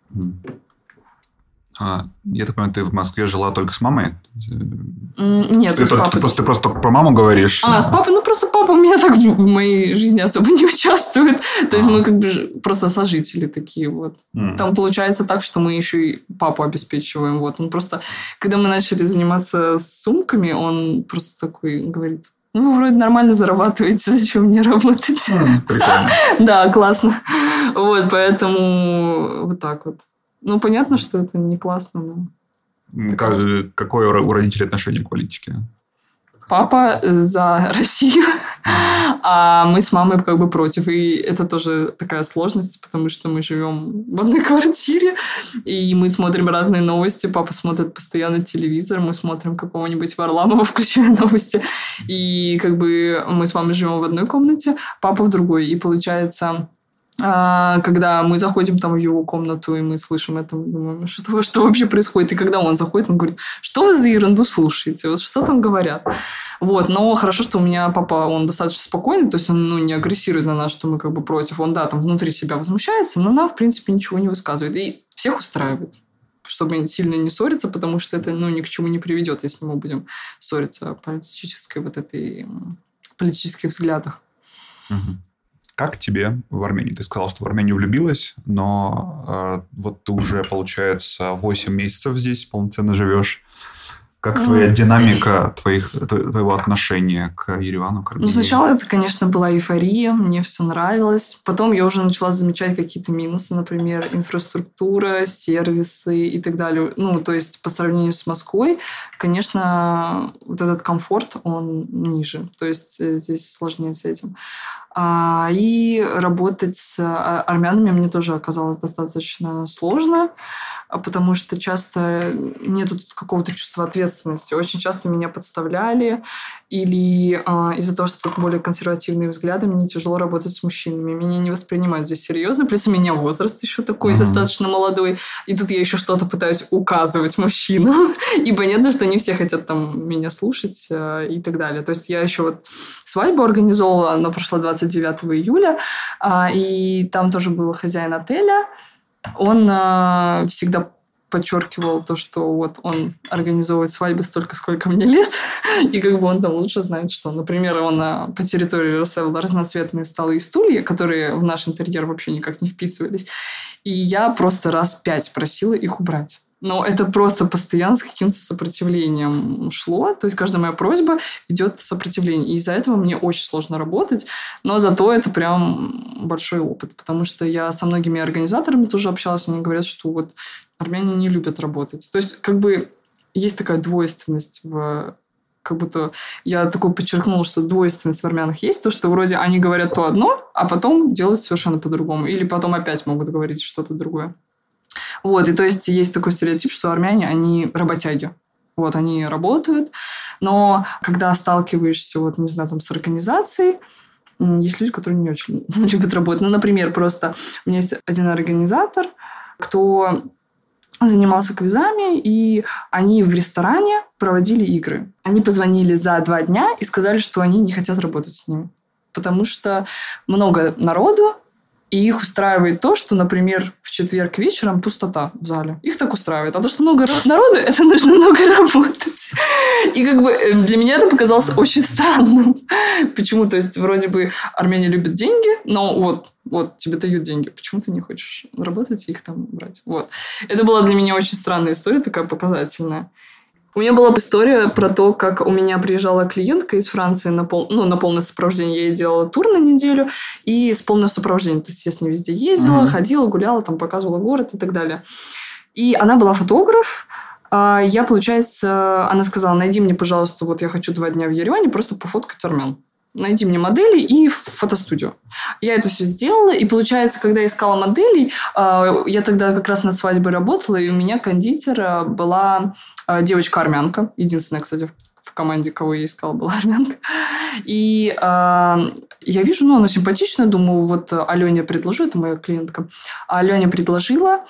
Я так понимаю, ты в Москве жила только с мамой? Нет, с папой. Ты просто про маму говоришь? С папой? Просто папа у меня так в моей жизни особо не участвует. То есть мы как бы просто сожители такие вот. Там получается так, что мы еще и папу обеспечиваем. Вот. Он просто, когда мы начали заниматься сумками, он просто такой говорит... вы вроде нормально зарабатываете, зачем мне работать? Прикольно. Да, классно. Вот, поэтому вот так вот. Понятно, что это не классно, но... Какое у родителей отношение к политике? Папа за Россию, а мы с мамой как бы против. И это тоже такая сложность, потому что мы живем в одной квартире, и мы смотрим разные новости. Папа смотрит постоянно телевизор, мы смотрим какого-нибудь Варламова, включая новости. И как бы мы с мамой живем в одной комнате, папа в другой. И получается... когда мы заходим там в его комнату, и мы слышим это, мы думаем, что вообще происходит? И когда он заходит, он говорит, что вы за ерунду слушаете? Вот что там говорят? Вот, но хорошо, что у меня папа, он достаточно спокойный, то есть он не агрессирует на нас, что мы как бы против. Он, там внутри себя возмущается, но нам, в принципе, ничего не высказывает. И всех устраивает, чтобы сильно не ссориться, потому что это, ни к чему не приведет, если мы будем ссориться о политических взглядах. Угу. Как тебе в Армении? Ты сказала, что в Армению влюбилась, но вот ты уже, получается, 8 месяцев здесь полноценно живешь. Как твоя динамика твоего отношения к Еревану, к Армении? Сначала это, конечно, была эйфория, мне все нравилось. Потом я уже начала замечать какие-то минусы, например, инфраструктура, сервисы и так далее. То есть по сравнению с Москвой, конечно, вот этот комфорт, он ниже. То есть здесь сложнее с этим. И работать с армянами мне тоже оказалось достаточно сложно, потому что часто нету тут какого-то чувства ответственности. Очень часто меня подставляли, или из-за того, что тут более консервативные взгляды, мне тяжело работать с мужчинами. Меня не воспринимают здесь серьезно, плюс у меня возраст еще такой достаточно молодой, и тут я еще что-то пытаюсь указывать мужчинам, и понятно, что не все хотят там меня слушать и так далее. То есть я еще вот свадьбу организовала, она прошла 29 июля, и там тоже был хозяин отеля. Он всегда подчеркивал то, что вот он организовывает свадьбы столько, сколько мне лет, и как бы он там лучше знает, что. Например, он по территории расставил разноцветные столы и стулья, которые в наш интерьер вообще никак не вписывались. И я просто раз 5 просила их убрать. Но это просто постоянно с каким-то сопротивлением шло. То есть каждая моя просьба идет сопротивление. И из-за этого мне очень сложно работать. Но зато это прям большой опыт. Потому что я со многими организаторами тоже общалась. Они говорят, что вот армяне не любят работать. То есть как бы есть такая двойственность как будто я такой подчеркнула, что двойственность в армянах есть. То, что вроде они говорят то одно, а потом делают совершенно по-другому. Или потом опять могут говорить что-то другое. И то есть есть такой стереотип, что армяне, они работяги. Они работают, но когда сталкиваешься, не знаю, там, с организацией, есть люди, которые не очень любят работать. Например, просто у меня есть один организатор, кто занимался квизами, и они в ресторане проводили игры. Они позвонили за 2 дня и сказали, что они не хотят работать с ними, потому что много народу, и их устраивает то, что, например, в четверг вечером пустота в зале. Их так устраивает. А то, что много народу, это нужно много работать. И как бы для меня это показалось очень странным. Почему? То есть вроде бы армяне любят деньги, но вот тебе дают деньги. Почему ты не хочешь работать и их там брать? Это была для меня очень странная история, такая показательная. У меня была история про то, как у меня приезжала клиентка из Франции на полное сопровождение. Я ей делала тур на неделю и с полным сопровождением. То есть я с ней везде ездила, ходила, гуляла, там показывала город и так далее. И она была фотограф. Я, получается, она сказала, найди мне, пожалуйста, я хочу 2 дня в Ереване просто пофоткать армян. Найди мне модели и фотостудию. Я это все сделала. И, получается, когда я искала моделей, я тогда как раз над свадьбой работала, и у меня кондитер была девочка-армянка. Единственная, кстати, в команде, кого я искала, была армянка. И я вижу, она симпатичная. Думаю, Алене предложу, это моя клиентка. Алене предложила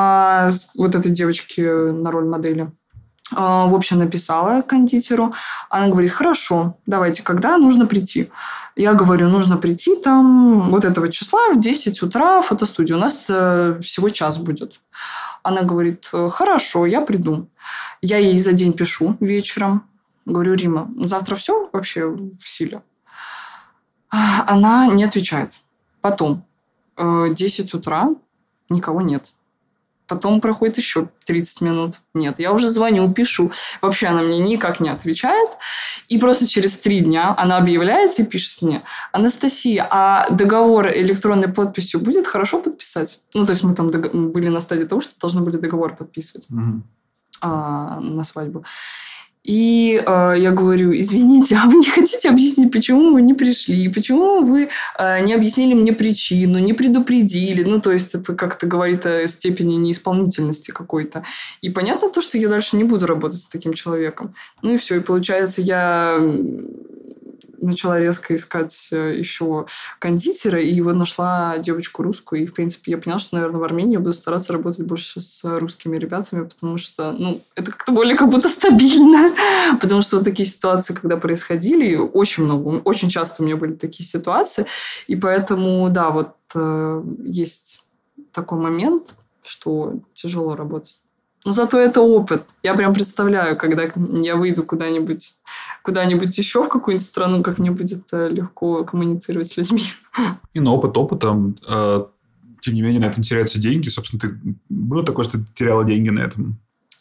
этой девочке на роль модели. В общем, написала кондитеру. Она говорит, хорошо, давайте, когда нужно прийти? Я говорю, нужно прийти там этого числа в 10 утра в фотостудию. У нас всего час будет. Она говорит, хорошо, я приду. Я ей за день пишу вечером. Говорю, Рима, завтра все вообще в силе? Она не отвечает. Потом 10 утра, никого нет. Потом проходит еще 30 минут. Нет, я уже звоню, пишу. Вообще она мне никак не отвечает. И просто через 3 дня она объявляется и пишет мне, Анастасия, а договор электронной подписью будет хорошо подписать? То есть мы там были на стадии того, что должны были договор подписывать на свадьбу. И я говорю, извините, а вы не хотите объяснить, почему вы не пришли? Почему вы не объяснили мне причину, не предупредили? То есть это как-то говорит о степени неисполнительности какой-то. И понятно то, что я дальше не буду работать с таким человеком. И все. И получается, я начала резко искать еще кондитера, и нашла девочку русскую. И, в принципе, я поняла, что, наверное, в Армении я буду стараться работать больше с русскими ребятами, потому что, это как-то более как будто стабильно. Потому что такие ситуации, когда происходили, очень часто у меня были такие ситуации. И поэтому, да, есть такой момент, что тяжело работать. Но зато это опыт. Я прям представляю, когда я выйду куда-нибудь еще в какую-нибудь страну, как мне будет легко коммуницировать с людьми. Опыт опытом. Тем не менее, на этом теряются деньги. Собственно, было такое, что ты теряла деньги на этом?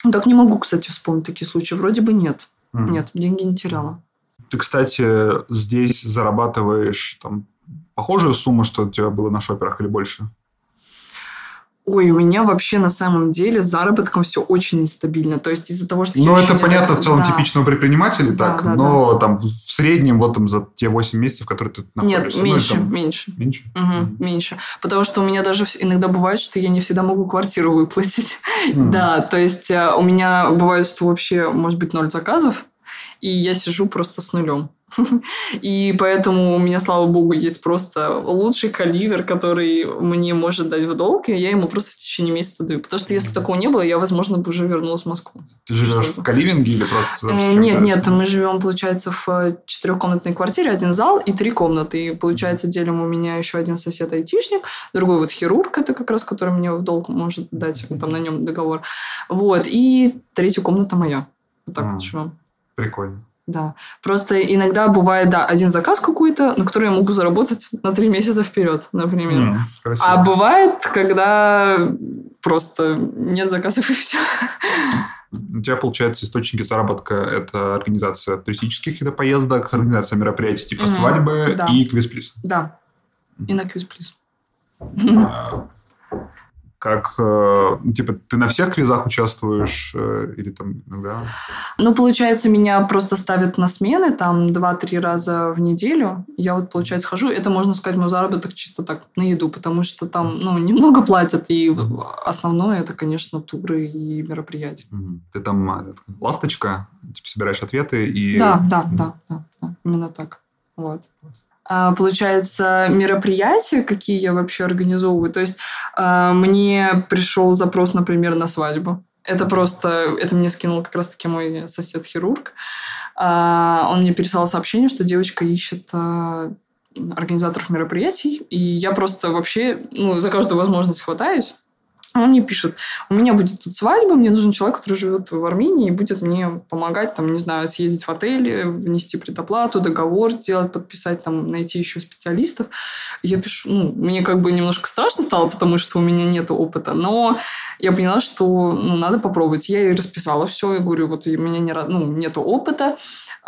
Так не могу, кстати, вспомнить такие случаи. Вроде бы нет. Нет, деньги не теряла. Ты, кстати, здесь зарабатываешь там похожую сумму, что у тебя было на шоперах, или больше? Ой, у меня вообще на самом деле с заработком все очень нестабильно. То есть из-за того, что... Ну, это понятно в целом типичного предпринимателя, так, но там в среднем вот там за те 8 месяцев, которые ты находишься... Нет, меньше. Меньше? Меньше. Потому что у меня даже иногда бывает, что я не всегда могу квартиру выплатить. Да, то есть у меня бывает, что вообще может быть 0 заказов, и я сижу просто с нулем. И поэтому у меня, слава богу, есть просто лучший каливер, который мне может дать в долг, и я ему просто в течение месяца даю. Потому что если такого не было, я, возможно, бы уже вернулась в Москву. Ты живешь в каливинге или просто... Нет, мы живем, получается, в 4-комнатной квартире, 1 зал и 3 комнаты. И, получается, делим у меня еще один сосед айтишник, другой вот хирург, это как раз, который мне в долг может дать, там на нем договор. Вот. И 3-я комната моя. Вот так вот живем. Прикольно. Да. Просто иногда бывает, один заказ какой-то, на который я могу заработать на 3 месяца вперед, например. А бывает, когда просто нет заказов и все. У тебя, получается, источники заработка – это организация туристических каких-то поездок, организация мероприятий типа свадьбы и квиз-плиз. Да. И на квиз-плиз. Как, типа, ты на всех квизах участвуешь или там иногда? Ну, получается, меня просто ставят на смены там 2-3 раза в неделю. Я вот, получается, хожу. Это, можно сказать, мой заработок чисто так на еду, потому что там, немного платят. И основное, это, конечно, туры и мероприятия. Ты там ласточка? Типа, собираешь ответы и... Да. Именно так. Вот. Получается, мероприятия, какие я вообще организовываю. То есть, мне пришел запрос, например, на свадьбу. Это мне скинул как раз-таки мой сосед-хирург. Он мне переслал сообщение, что девочка ищет организаторов мероприятий. И я просто вообще за каждую возможность хватаюсь. Он мне пишет: у меня будет тут свадьба, мне нужен человек, который живет в Армении и будет мне помогать, там, не знаю, съездить в отель, внести предоплату, договор сделать, подписать, там, найти еще специалистов. Я пишу, мне как бы немножко страшно стало, потому что у меня нет опыта, но я поняла, что надо попробовать. Я ей расписала все, я говорю, вот у меня нету опыта,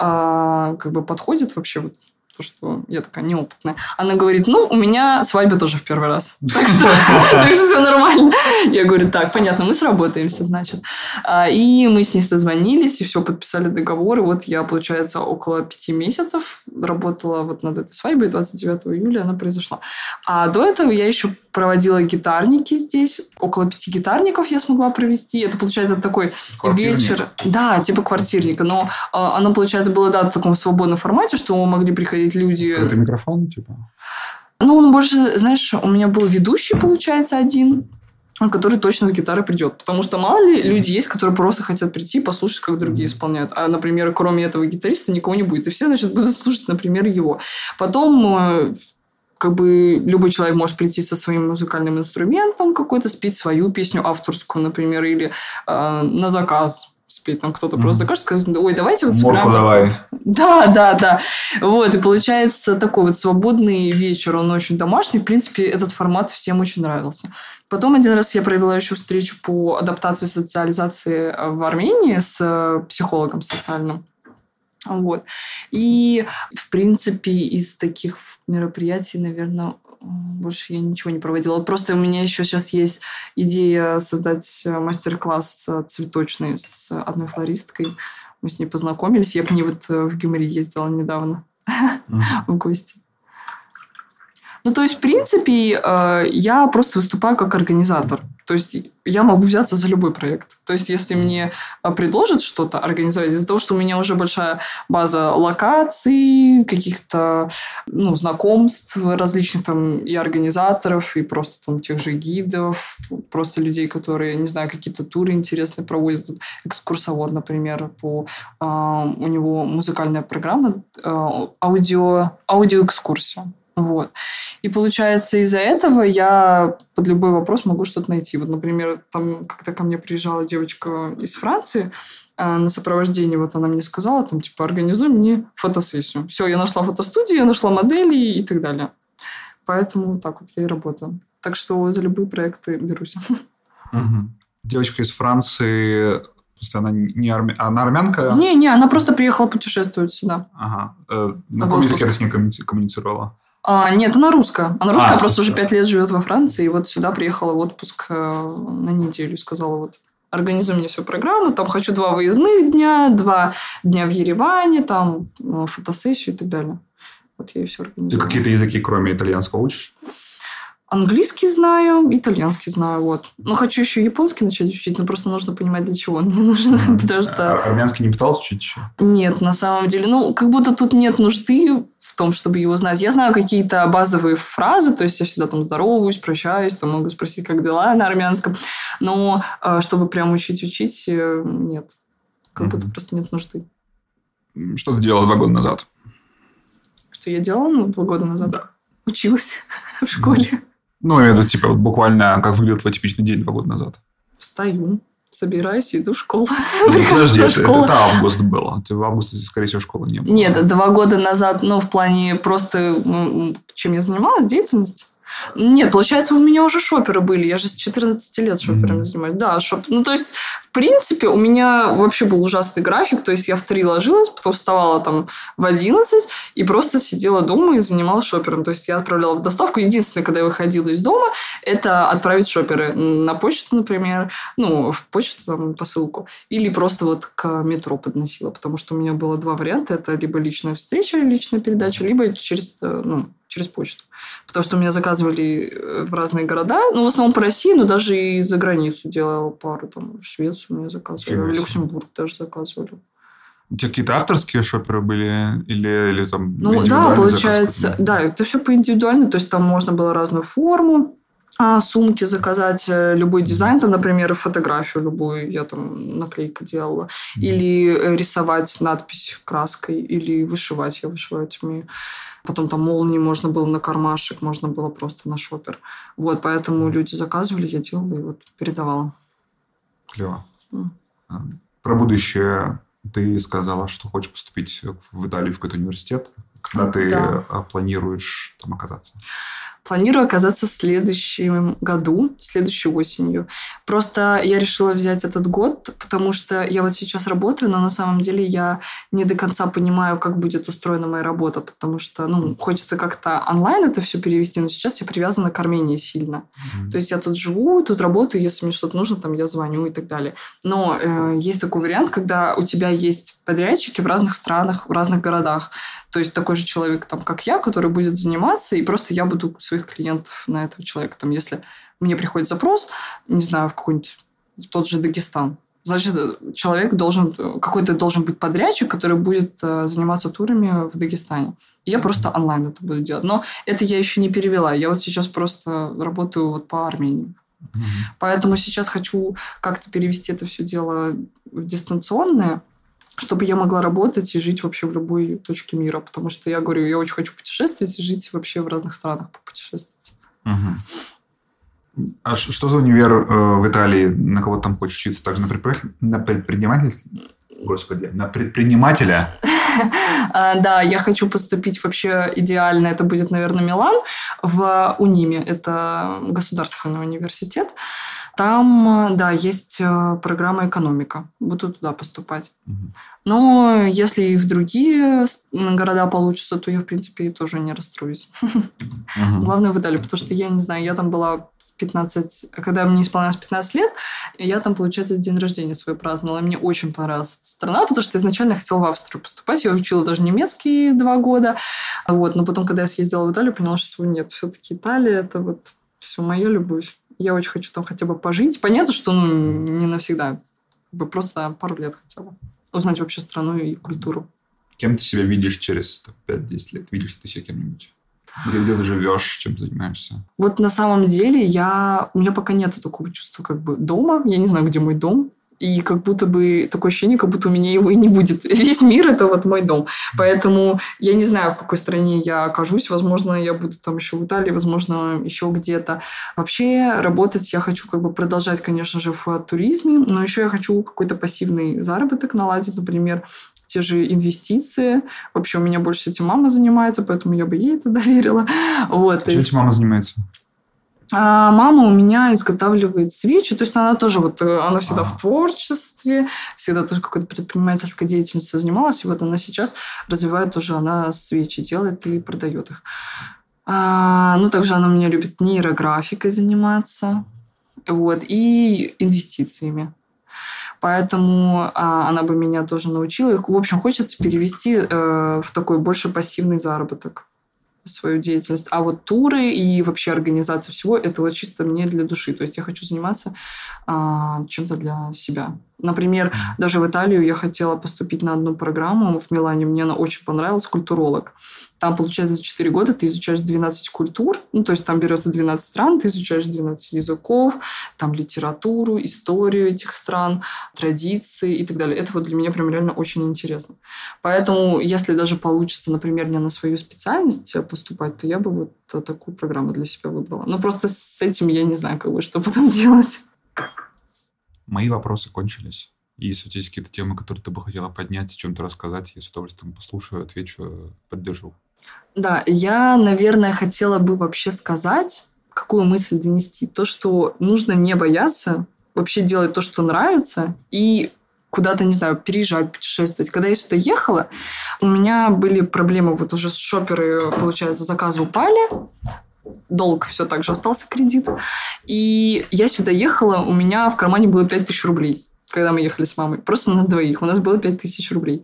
как бы подходит вообще вот то, что я такая неопытная. Она говорит, у меня свадьба тоже в первый раз. Так что все нормально. Я говорю, так, понятно, мы сработаемся, значит. И мы с ней созвонились, и все, подписали договор. И вот я, получается, около 5 месяцев работала вот над этой свадьбой. 29 июля она произошла. А до этого я еще проводила гитарники здесь. Около 5 гитарников я смогла провести. Это, получается, такой вечер. Да, типа квартирника. Но оно, получается, было, в таком свободном формате, что могли приходить люди. Это микрофон, типа? Он больше, знаешь, у меня был ведущий, получается, один, который точно с гитарой придет. Потому что, мало ли, люди есть, которые просто хотят прийти и послушать, как другие исполняют. А, например, кроме этого гитариста никого не будет. И все, значит, будут слушать, например, его. Потом... как бы любой человек может прийти со своим музыкальным инструментом какой-то, спеть свою песню авторскую, например, или на заказ спеть. Там кто-то просто закажет, скажет, ой, давайте вот сыграем. Морку давай. Да. Вот, и получается такой вот свободный вечер. Он очень домашний. В принципе, этот формат всем очень нравился. Потом один раз я провела еще встречу по адаптации и социализации в Армении с психологом социальным. Вот. И, в принципе, из таких мероприятий, наверное, больше я ничего не проводила. Вот просто у меня еще сейчас есть идея создать мастер-класс цветочный с одной флористкой. Мы с ней познакомились. Я к ней вот в ГЮМРИ ездила недавно в гости. То есть, в принципе, я просто выступаю как организатор. То есть, я могу взяться за любой проект. То есть, если мне предложат что-то организовать, из-за того, что у меня уже большая база локаций, каких-то знакомств различных там и организаторов, и просто там тех же гидов, просто людей, которые, не знаю, какие-то туры интересные проводят. Экскурсовод, например, у него музыкальная программа, аудиоэкскурсия. Вот. И получается, из-за этого я под любой вопрос могу что-то найти. Вот, например, там как-то ко мне приезжала девочка из Франции на сопровождении. Вот она мне сказала, там, типа, организуй мне фотосессию. Все, я нашла фотостудию, я нашла модели и так далее. Поэтому вот так вот я и работаю. Так что за любые проекты берусь. Девочка из Франции есть она не она армянка? Не, она просто приехала путешествовать сюда. Ага. На каком языке ты с ней коммуницировала? Нет, она русская. Она просто русская. уже 5 лет живет во Франции, и вот сюда приехала в отпуск на неделю. Сказала, вот, организуй мне всю программу, там хочу 2 выездных дня, 2 дня в Ереване, там фотосессию и так далее. Вот я и все организовала. Ты какие-то языки, кроме итальянского, учишь? Английский знаю, итальянский знаю, вот. Но хочу еще японский начать учить, но просто нужно понимать, для чего он мне нужен, потому что... Армянский не пытался учить еще? Нет, на самом деле. Как будто тут нет нужды в том, чтобы его знать. Я знаю какие-то базовые фразы, то есть я всегда там здороваюсь, прощаюсь, там могу спросить, как дела на армянском, но чтобы прям учить, нет. Как будто просто нет нужды. Что ты делала 2 года назад? Что я делала 2 года назад? Да. Училась в школе. Я имею в виду, буквально, как выглядел твой типичный день 2 года назад. Встаю, собираюсь, иду в школу. Подожди, это август был. В августе, скорее всего, школы не было. Нет, 2 года назад, в плане просто, чем я занималась, деятельность. Нет, получается, у меня уже шоперы были. Я же с 14 лет шоперами занимаюсь. Да, то есть, в принципе, у меня вообще был ужасный график. То есть, я в 3 ложилась, потом вставала там в 11 и просто сидела дома и занималась шопером. То есть, я отправляла в доставку. Единственное, когда я выходила из дома, это отправить шоперы на почту, например. В почту, там, посылку. Или просто вот к метро подносила. Потому что у меня было 2 варианта. Это либо личная встреча, личная передача, либо через почту. Потому что у меня заказывали в разные города. В основном по России, но даже и за границу делала пару. Там, в Швецию мне заказывали, в Люксембург даже заказывали. У тебя какие-то авторские шоперы были? Или там да, получается. Да, это все по индивидуально. То есть, там можно было разную форму. Сумки заказать, любой дизайн, там, например, фотографию любую, я там наклейка делала. Или рисовать надпись краской, или вышивать, я вышивать умею. Потом там молнии можно было на кармашек, можно было просто на шопер. Вот, поэтому люди заказывали, я делала и вот передавала. Клево. Про будущее ты сказала, что хочешь поступить в Италию в какой-то университет. Когда ты планируешь там оказаться? Планирую оказаться в следующем году, следующей осенью. Просто я решила взять этот год, потому что я вот сейчас работаю, но на самом деле я не до конца понимаю, как будет устроена моя работа, потому что, хочется как-то онлайн это все перевести, но сейчас я привязана к Армении сильно. То есть я тут живу, тут работаю, если мне что-то нужно, там я звоню и так далее. Но есть такой вариант, когда у тебя есть подрядчики в разных странах, в разных городах. То есть такой же человек, там, как я, который будет заниматься, и просто я буду своих клиентов на этого человека. Там, если мне приходит запрос, не знаю, в какой-нибудь тот же Дагестан, значит, какой-то должен быть подрядчик, который будет заниматься турами в Дагестане. И я просто онлайн это буду делать. Но это я еще не перевела. Я вот сейчас просто работаю вот по Армении. Поэтому сейчас хочу как-то перевести это все дело в дистанционное, чтобы я могла работать и жить вообще в любой точке мира. Потому что я говорю, я очень хочу путешествовать и жить вообще в разных странах попутешествовать. А что за универ в Италии? На кого ты там хочешь учиться? Также на предпринимательство? Господи, на предпринимателя? Да, я хочу поступить вообще идеально. Это будет, наверное, Милан в Униме. Это государственный университет. Там, да, есть программа «Экономика». Буду туда поступать. Но если и в другие города получится, то я, в принципе, тоже не расстроюсь. Главное в Италию, потому что я не знаю, я там была 15... Когда мне исполнилось 15 лет, я там, получается, день рождения свой праздновала. Мне очень понравилась эта страна, потому что изначально я хотела в Австрию поступать. Я учила даже немецкий 2 года. Вот. Но потом, когда я съездила в Италию, поняла, что нет, все-таки Италия – это вот все моя любовь. Я очень хочу там хотя бы пожить. Понятно, что не навсегда. Просто пару лет хотя бы. Узнать вообще страну и культуру. Кем ты себя видишь через 5-10 лет? Видишь ты себя кем-нибудь? Где ты живешь, чем ты занимаешься? Вот на самом деле у меня пока нет такого чувства как бы дома. Я не знаю, где мой дом. И как будто бы такое ощущение, как будто у меня его и не будет. Весь мир – это вот мой дом. Поэтому я не знаю, в какой стране я окажусь. Возможно, я буду там еще в Италии, возможно, еще где-то. Вообще, работать я хочу как бы продолжать, конечно же, в туризме. Но еще я хочу какой-то пассивный заработок наладить, например, те же инвестиции. Вообще, у меня больше этим мама занимается, поэтому я бы ей это доверила. Вот, Чем мама занимается? А мама у меня изготавливает свечи, то есть она тоже она всегда в творчестве, всегда тоже какой-то предпринимательской деятельностью занималась, и вот она сейчас развивает тоже, она свечи делает и продает их. Также она у меня любит нейрографикой заниматься, и инвестициями. Поэтому она бы меня тоже научила. В общем, хочется перевести в такой больше пассивный заработок свою деятельность. А вот туры и вообще организация всего, это вот чисто мне для души. То есть я хочу заниматься чем-то для себя. Например, даже в Италию я хотела поступить на одну программу в Милане. Мне она очень понравилась, культуролог. Там, получается, за 4 года ты изучаешь 12 культур. То есть там берется 12 стран, ты изучаешь 12 языков, там литературу, историю этих стран, традиции и так далее. Это вот для меня прям реально очень интересно. Поэтому, если даже получится, например, не на свою специальность поступать, то я бы вот такую программу для себя выбрала. Но просто с этим я не знаю, что потом делать. Мои вопросы кончились. Если у тебя есть какие-то темы, которые ты бы хотела поднять, о чем-то рассказать, я с удовольствием послушаю, отвечу, поддержу. Да, я, наверное, хотела бы вообще сказать, какую мысль донести. То, что нужно не бояться, вообще делать то, что нравится, и куда-то, не знаю, переезжать, путешествовать. Когда я сюда ехала, у меня были проблемы, вот уже шопперы, получается, заказы упали, долг все так же остался, кредит. И я сюда ехала, у меня в кармане было 5000 рублей, когда мы ехали с мамой. Просто на двоих. У нас было 5000 рублей.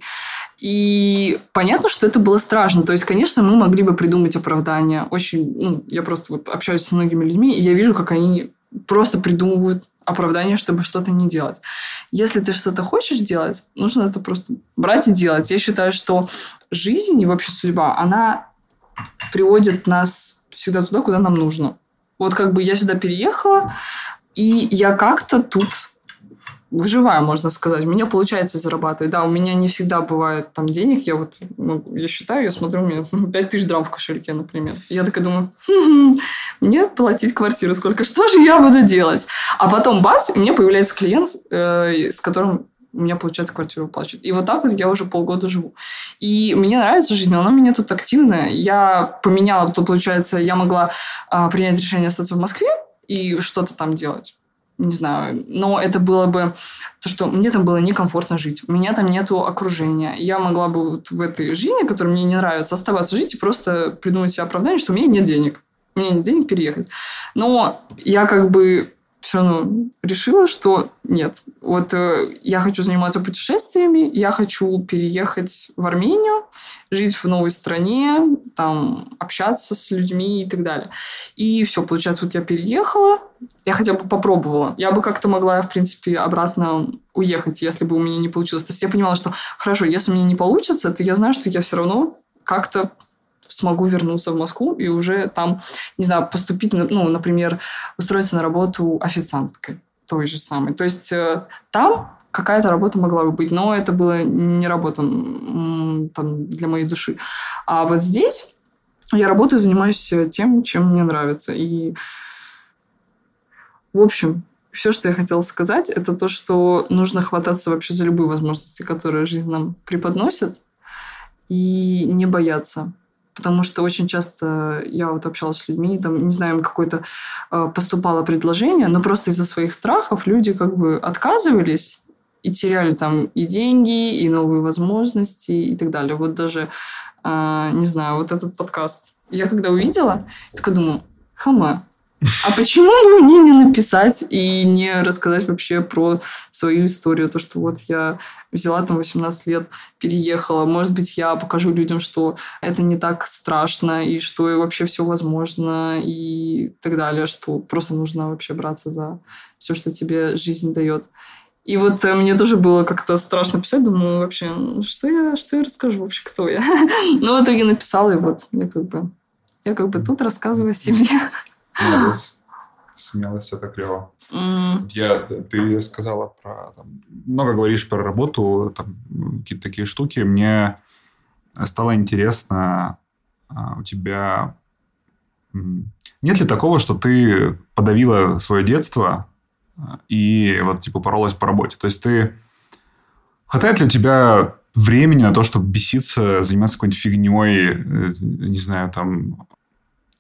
И понятно, что это было страшно. То есть, конечно, мы могли бы придумать оправдание. Очень, я просто общаюсь с многими людьми, и я вижу, как они просто придумывают оправдание, чтобы что-то не делать. Если ты что-то хочешь делать, нужно это просто брать и делать. Я считаю, что жизнь и вообще судьба, она приводит нас всегда туда, куда нам нужно. Вот я сюда переехала, и я как-то тут выживаю, можно сказать. У меня получается зарабатывать. Да, у меня не всегда бывает там денег. Я считаю, я смотрю, у меня 5000 драм в кошельке, например. И я такая думаю, мне платить квартиру сколько? Что же я буду делать? А потом, бац, у меня появляется клиент, с которым у меня, получается, квартиру платит. И вот так я уже полгода живу. И мне нравится жизнь, она у меня тут активная. Я поменяла, получается, я могла принять решение остаться в Москве и что-то там делать. Не знаю, но это было бы то, что мне там было некомфортно жить. У меня там нету окружения. Я могла бы в этой жизни, которая мне не нравится, оставаться жить и просто придумать себе оправдание, что у меня нет денег. У меня нет денег переехать. Но я все равно решила, что нет. Я хочу заниматься путешествиями, я хочу переехать в Армению, жить в новой стране, там общаться с людьми и так далее. И все, получается, я переехала, я хотя бы попробовала. Я бы как-то могла, в принципе, обратно уехать, если бы у меня не получилось. То есть я понимала, что хорошо, если у меня не получится, то я знаю, что я все равно как-то смогу вернуться в Москву и уже там, не знаю, поступить, например, устроиться на работу официанткой той же самой. То есть там какая-то работа могла бы быть, но это была не работа там, для моей души. А вот здесь я работаю, занимаюсь тем, чем мне нравится. И, в общем, все, что я хотела сказать, это то, что нужно хвататься вообще за любые возможности, которые жизнь нам преподносит, и не бояться. Потому что очень часто я общалась с людьми, там, не знаю, им какое-то поступало предложение, но просто из-за своих страхов люди отказывались и теряли там и деньги, и новые возможности, и так далее. Вот даже, не знаю, этот подкаст. Я когда увидела, такая думаю, а почему бы мне не написать и не рассказать вообще про свою историю? То, что я взяла там 18 лет, переехала. Может быть, я покажу людям, что это не так страшно, и что вообще все возможно, и так далее. Что просто нужно вообще браться за все, что тебе жизнь дает. И мне тоже было как-то страшно писать. Думаю, вообще, что я расскажу вообще, кто я? Но в итоге написала, и я тут рассказываю о себе. Молодец. Смелость, это клево. Ты сказала про... много говоришь про работу, какие-то такие штуки. Мне стало интересно, у тебя... Нет ли такого, что ты подавила свое детство и поролась по работе? То есть хватает ли у тебя времени на то, чтобы беситься, заниматься какой-нибудь фигней, не знаю,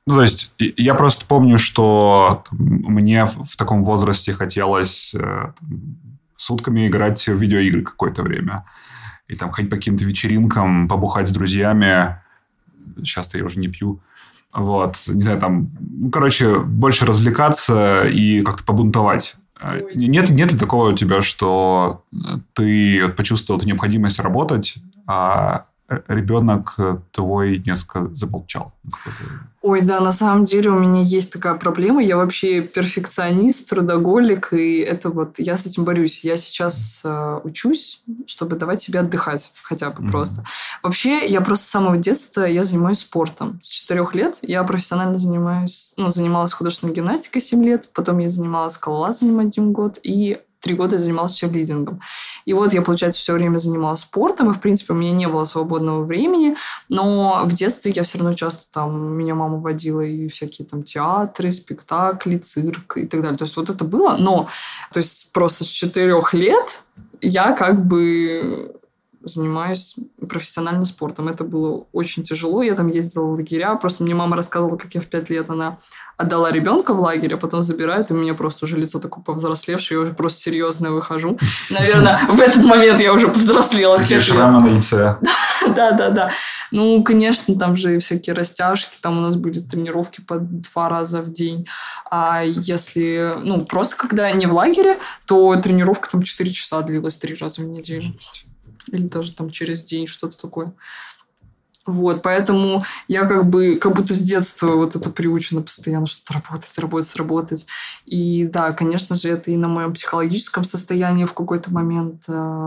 Ну, то есть, я просто помню, что мне в таком возрасте хотелось сутками играть в видеоигры какое-то время. И там ходить по каким-то вечеринкам, побухать с друзьями. Сейчас-то я уже не пью. Вот. Не знаю, там... Ну, короче, больше развлекаться и как-то побунтовать. Нет ли такого у тебя, что ты почувствовал эту необходимость работать, а ребенок твой несколько замолчал? Ой, да, на самом деле у меня есть такая проблема. Я вообще перфекционист, трудоголик, и это вот я с этим борюсь. Я сейчас учусь, чтобы давать себе отдыхать хотя бы просто. Вообще, я просто с самого детства я занимаюсь спортом. С 4 лет я профессионально занималась художественной гимнастикой 7 лет, потом я занималась скалолазанием 1 год, и 3 года я занималась чирлидингом. И вот я, получается, все время занималась спортом, и, в принципе, у меня не было свободного времени, но в детстве я все равно часто там, меня мама водила и всякие там театры, спектакли, цирк и так далее. То есть вот это было, но то есть просто с 4 лет я как бы занимаюсь профессионально спортом. Это было очень тяжело. Я там ездила в лагеря. Просто мне мама рассказывала, как я в 5 лет она отдала ребенка в лагерь, а потом забирает, и у меня просто уже лицо такое повзрослевшее, я уже просто серьезно выхожу. Наверное, в этот момент я уже повзрослела. Такие шрамы на лице. Да. Ну, конечно, там же всякие растяжки, там у нас были тренировки по 2 раза в день. А если, просто когда не в лагере, то тренировка там 4 часа длилась 3 раза в неделю. Или даже там через день, что-то такое. Вот, поэтому я как будто с детства вот это приучена постоянно что-то работать. И да, конечно же, это и на моем психологическом состоянии в какой-то момент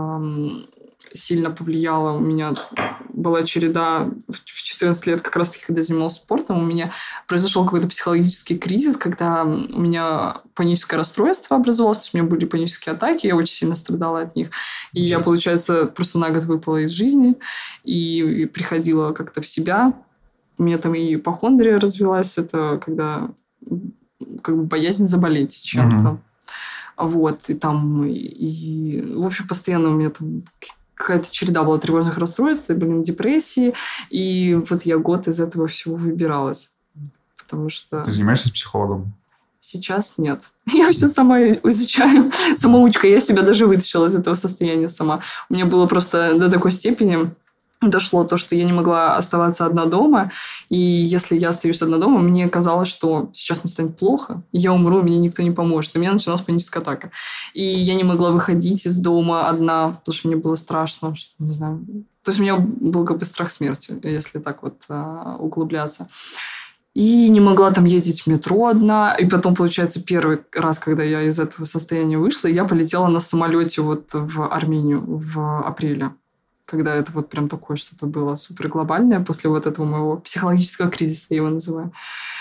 сильно повлияло. У меня была череда в 14 лет, как раз-таки, когда я занималась спортом, у меня произошел какой-то психологический кризис, когда у меня паническое расстройство образовалось, то есть у меня были панические атаки, я очень сильно страдала от них. И я, получается, просто на год выпала из жизни и приходила как-то в себя. У меня там и ипохондрия развилась, это когда как бы боязнь заболеть чем-то. Вот, и там, в общем, постоянно у меня там какая-то череда была тревожных расстройств, депрессии, и вот я год из этого всего выбиралась. Потому что... Ты занимаешься с психологом? Сейчас нет. Я все сама изучаю. Самоучка. Я себя даже вытащила из этого состояния сама. У меня было просто до такой степени... дошло то, что я не могла оставаться одна дома, и если я остаюсь одна дома, мне казалось, что сейчас мне станет плохо, и я умру, мне никто не поможет. И у меня начиналась паническая атака. И я не могла выходить из дома одна, потому что мне было страшно, что, не знаю... То есть у меня был как бы страх смерти, если так вот углубляться. И не могла там ездить в метро одна. И потом, получается, первый раз, когда я из этого состояния вышла, я полетела на самолете вот в Армению в апреле. Когда это вот прям такое что-то было суперглобальное после вот этого моего психологического кризиса, я его называю.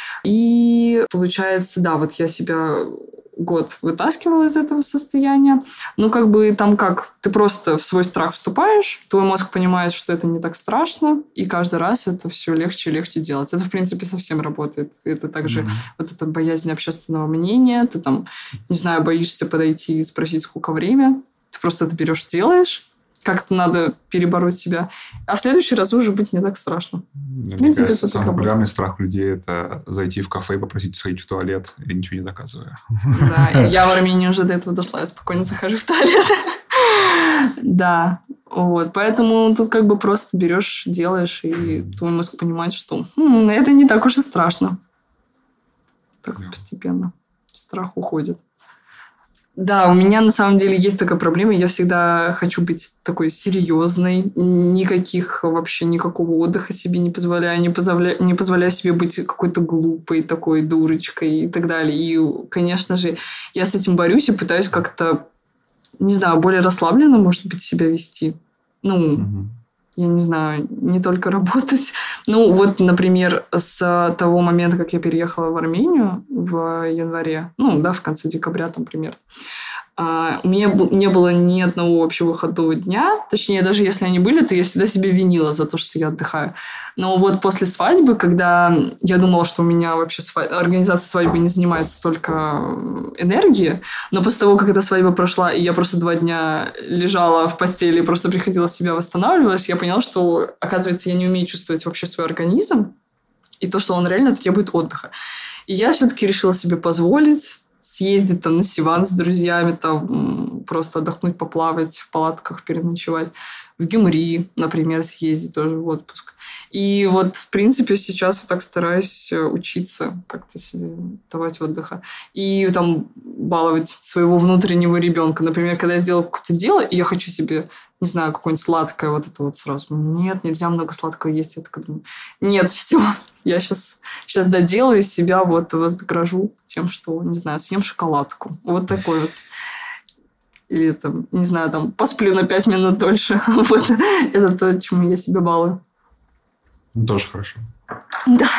И получается, да, вот я себя год вытаскивала из этого состояния. Ну, как бы там как? Ты просто в свой страх вступаешь, твой мозг понимает, что это не так страшно, и каждый раз это все легче и легче делать. Это, в принципе, совсем работает. Это также вот эта боязнь общественного мнения. Ты там, не знаю, боишься подойти и спросить, сколько время. Ты просто это берешь, делаешь. Как-то надо перебороть себя. А в следующий раз уже быть не так страшно. Мне кажется, самый популярный страх людей – это зайти в кафе и попросить сходить в туалет, и ничего не доказывая. Да, я в Армении уже до этого дошла. Я спокойно захожу в туалет. Да, вот. Поэтому тут как бы просто берешь, делаешь, и твой мозг понимает, что это не так уж и страшно. Так постепенно страх уходит. Да, у меня на самом деле есть такая проблема. Я всегда хочу быть такой серьезной. Никакого отдыха себе не позволяю. Не позволяю себе быть какой-то глупой, такой дурочкой и так далее. И, конечно же, я с этим борюсь и пытаюсь как-то, не знаю, более расслабленно, может быть, себя вести. Я не знаю, не только работать. Вот, например, с того момента, как я переехала в Армению в январе, в конце декабря, там, примерно, у меня не было ни одного общего выходного дня. Точнее, даже если они были, то я всегда себя винила за то, что я отдыхаю. Но вот после свадьбы, когда я думала, что у меня вообще организация свадьбы не занимает столько энергии, но после того, как эта свадьба прошла, и я просто 2 дня лежала в постели и просто приходила в себя, восстанавливалась, я поняла, что, оказывается, я не умею чувствовать вообще свой организм. и то, что он реально требует отдыха. И я все-таки решила себе позволить съездить там на Сиван с друзьями, там просто отдохнуть, поплавать, в палатках переночевать. В Гюмри, например, съездить тоже в отпуск. И вот, в принципе, сейчас вот так стараюсь учиться как-то себе давать отдыха. И там баловать своего внутреннего ребенка. Например, когда я сделала какое-то дело, и я хочу себе, не знаю, какое-нибудь сладкое, вот это вот сразу. Нет, нельзя много сладкого есть. Я такая думаю, нет, все, я сейчас доделаю из себя, вот вознагражу тем, что, не знаю, съем шоколадку. Вот такой вот. Или там, не знаю, там посплю на 5 минут дольше. Вот это то, чему я себя балую. Тоже хорошо. Да.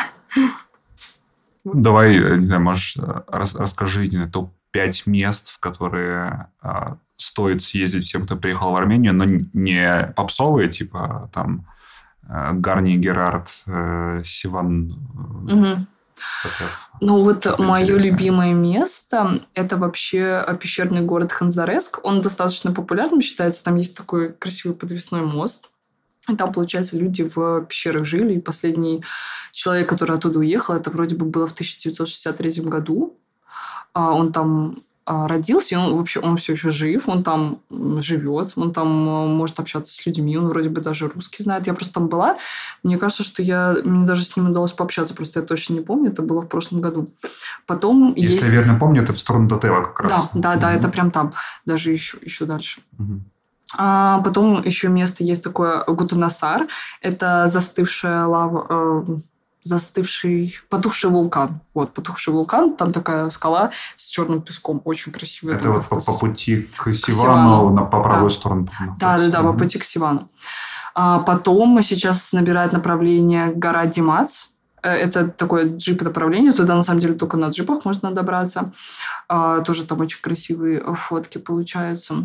Давай, не знаю, можешь расскажи топ-5 мест, в которые стоит съездить всем, кто приехал в Армению, но не попсовые, типа там Гарни, Герард, Сиван. Угу. Ну вот мое любимое место – это вообще пещерный город Ханзареск. Он достаточно популярным считается. Там есть такой красивый подвесной мост. И там, получается, люди в пещерах жили. И последний человек, который оттуда уехал, это вроде бы было в 1963 году. Он там родился, и он все еще жив, он там живет, он там может общаться с людьми, он вроде бы даже русский знает. Я просто там была. Мне кажется, что мне даже с ним удалось пообщаться, просто я точно не помню, это было в прошлом году. Потом Если я верно помню, это в сторону Татева как раз. Да, это прям там, даже еще дальше. Потом еще место есть такое Гутанасар. Это застывшая лава, потухший вулкан. Вот, потухший вулкан. Там такая скала с черным песком. Очень красивая. Это вот по пути к Сивану, по правую сторону. Да, по пути к Сивану. Потом сейчас набирает направление гора Димац. Это такое джип-направление. Туда, на самом деле, только на джипах можно добраться. Тоже там очень красивые фотки получаются.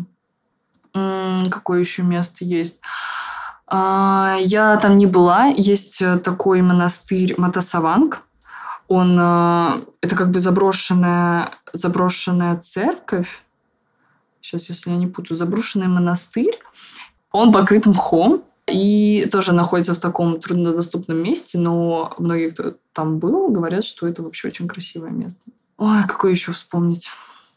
Какое еще место есть? Я там не была. Есть такой монастырь Матасаванг. Это как бы заброшенная церковь. Сейчас, если я не путаю, заброшенный монастырь. Он покрыт мхом и тоже находится в таком труднодоступном месте, но многие, кто там был, говорят, что это вообще очень красивое место. Ой, какое еще вспомнить?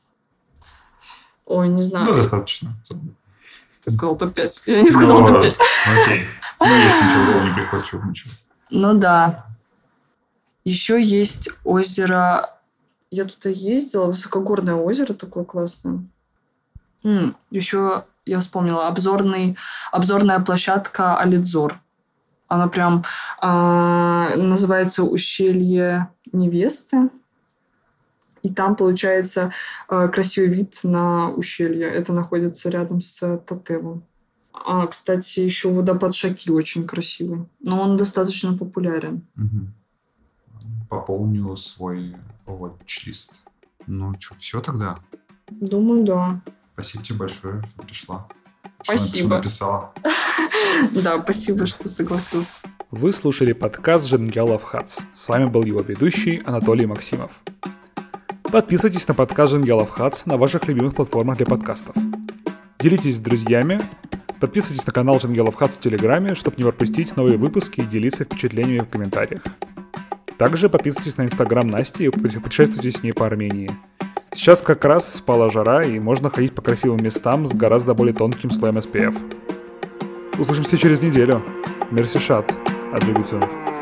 Ой, не знаю. Ну, достаточно. Ты сказал топ-5. Я не сказал топ-5. Окей. Если ничего в голову не приходит, ничего. Ну да. Еще есть озеро... Я туда ездила. Высокогорное озеро такое классное. Еще я вспомнила. Обзорная площадка Алидзор. Она прям называется «Ущелье невесты». И там, получается, красивый вид на ущелье. Это находится рядом с Татевом. Кстати, еще водопад Шаки очень красивый. Но он достаточно популярен. Пополню свой watch-лист. Ну что, все тогда? Думаю, да. Спасибо тебе большое, что пришла. Спасибо. Что написала. Да, спасибо, что согласился. Вы слушали подкаст «Женгялов Хац». С вами был его ведущий Анатолий Максимов. Подписывайтесь на подкаст «Женгялов Хац» на ваших любимых платформах для подкастов. Делитесь с друзьями. Подписывайтесь на канал «Женгялов Хац» в Телеграме, чтобы не пропустить новые выпуски и делиться впечатлениями в комментариях. Также подписывайтесь на Инстаграм Насти и путешествуйте с ней по Армении. Сейчас как раз спала жара, и можно ходить по красивым местам с гораздо более тонким слоем SPF. Услышимся через неделю. Мерси шат. Аджигутюн.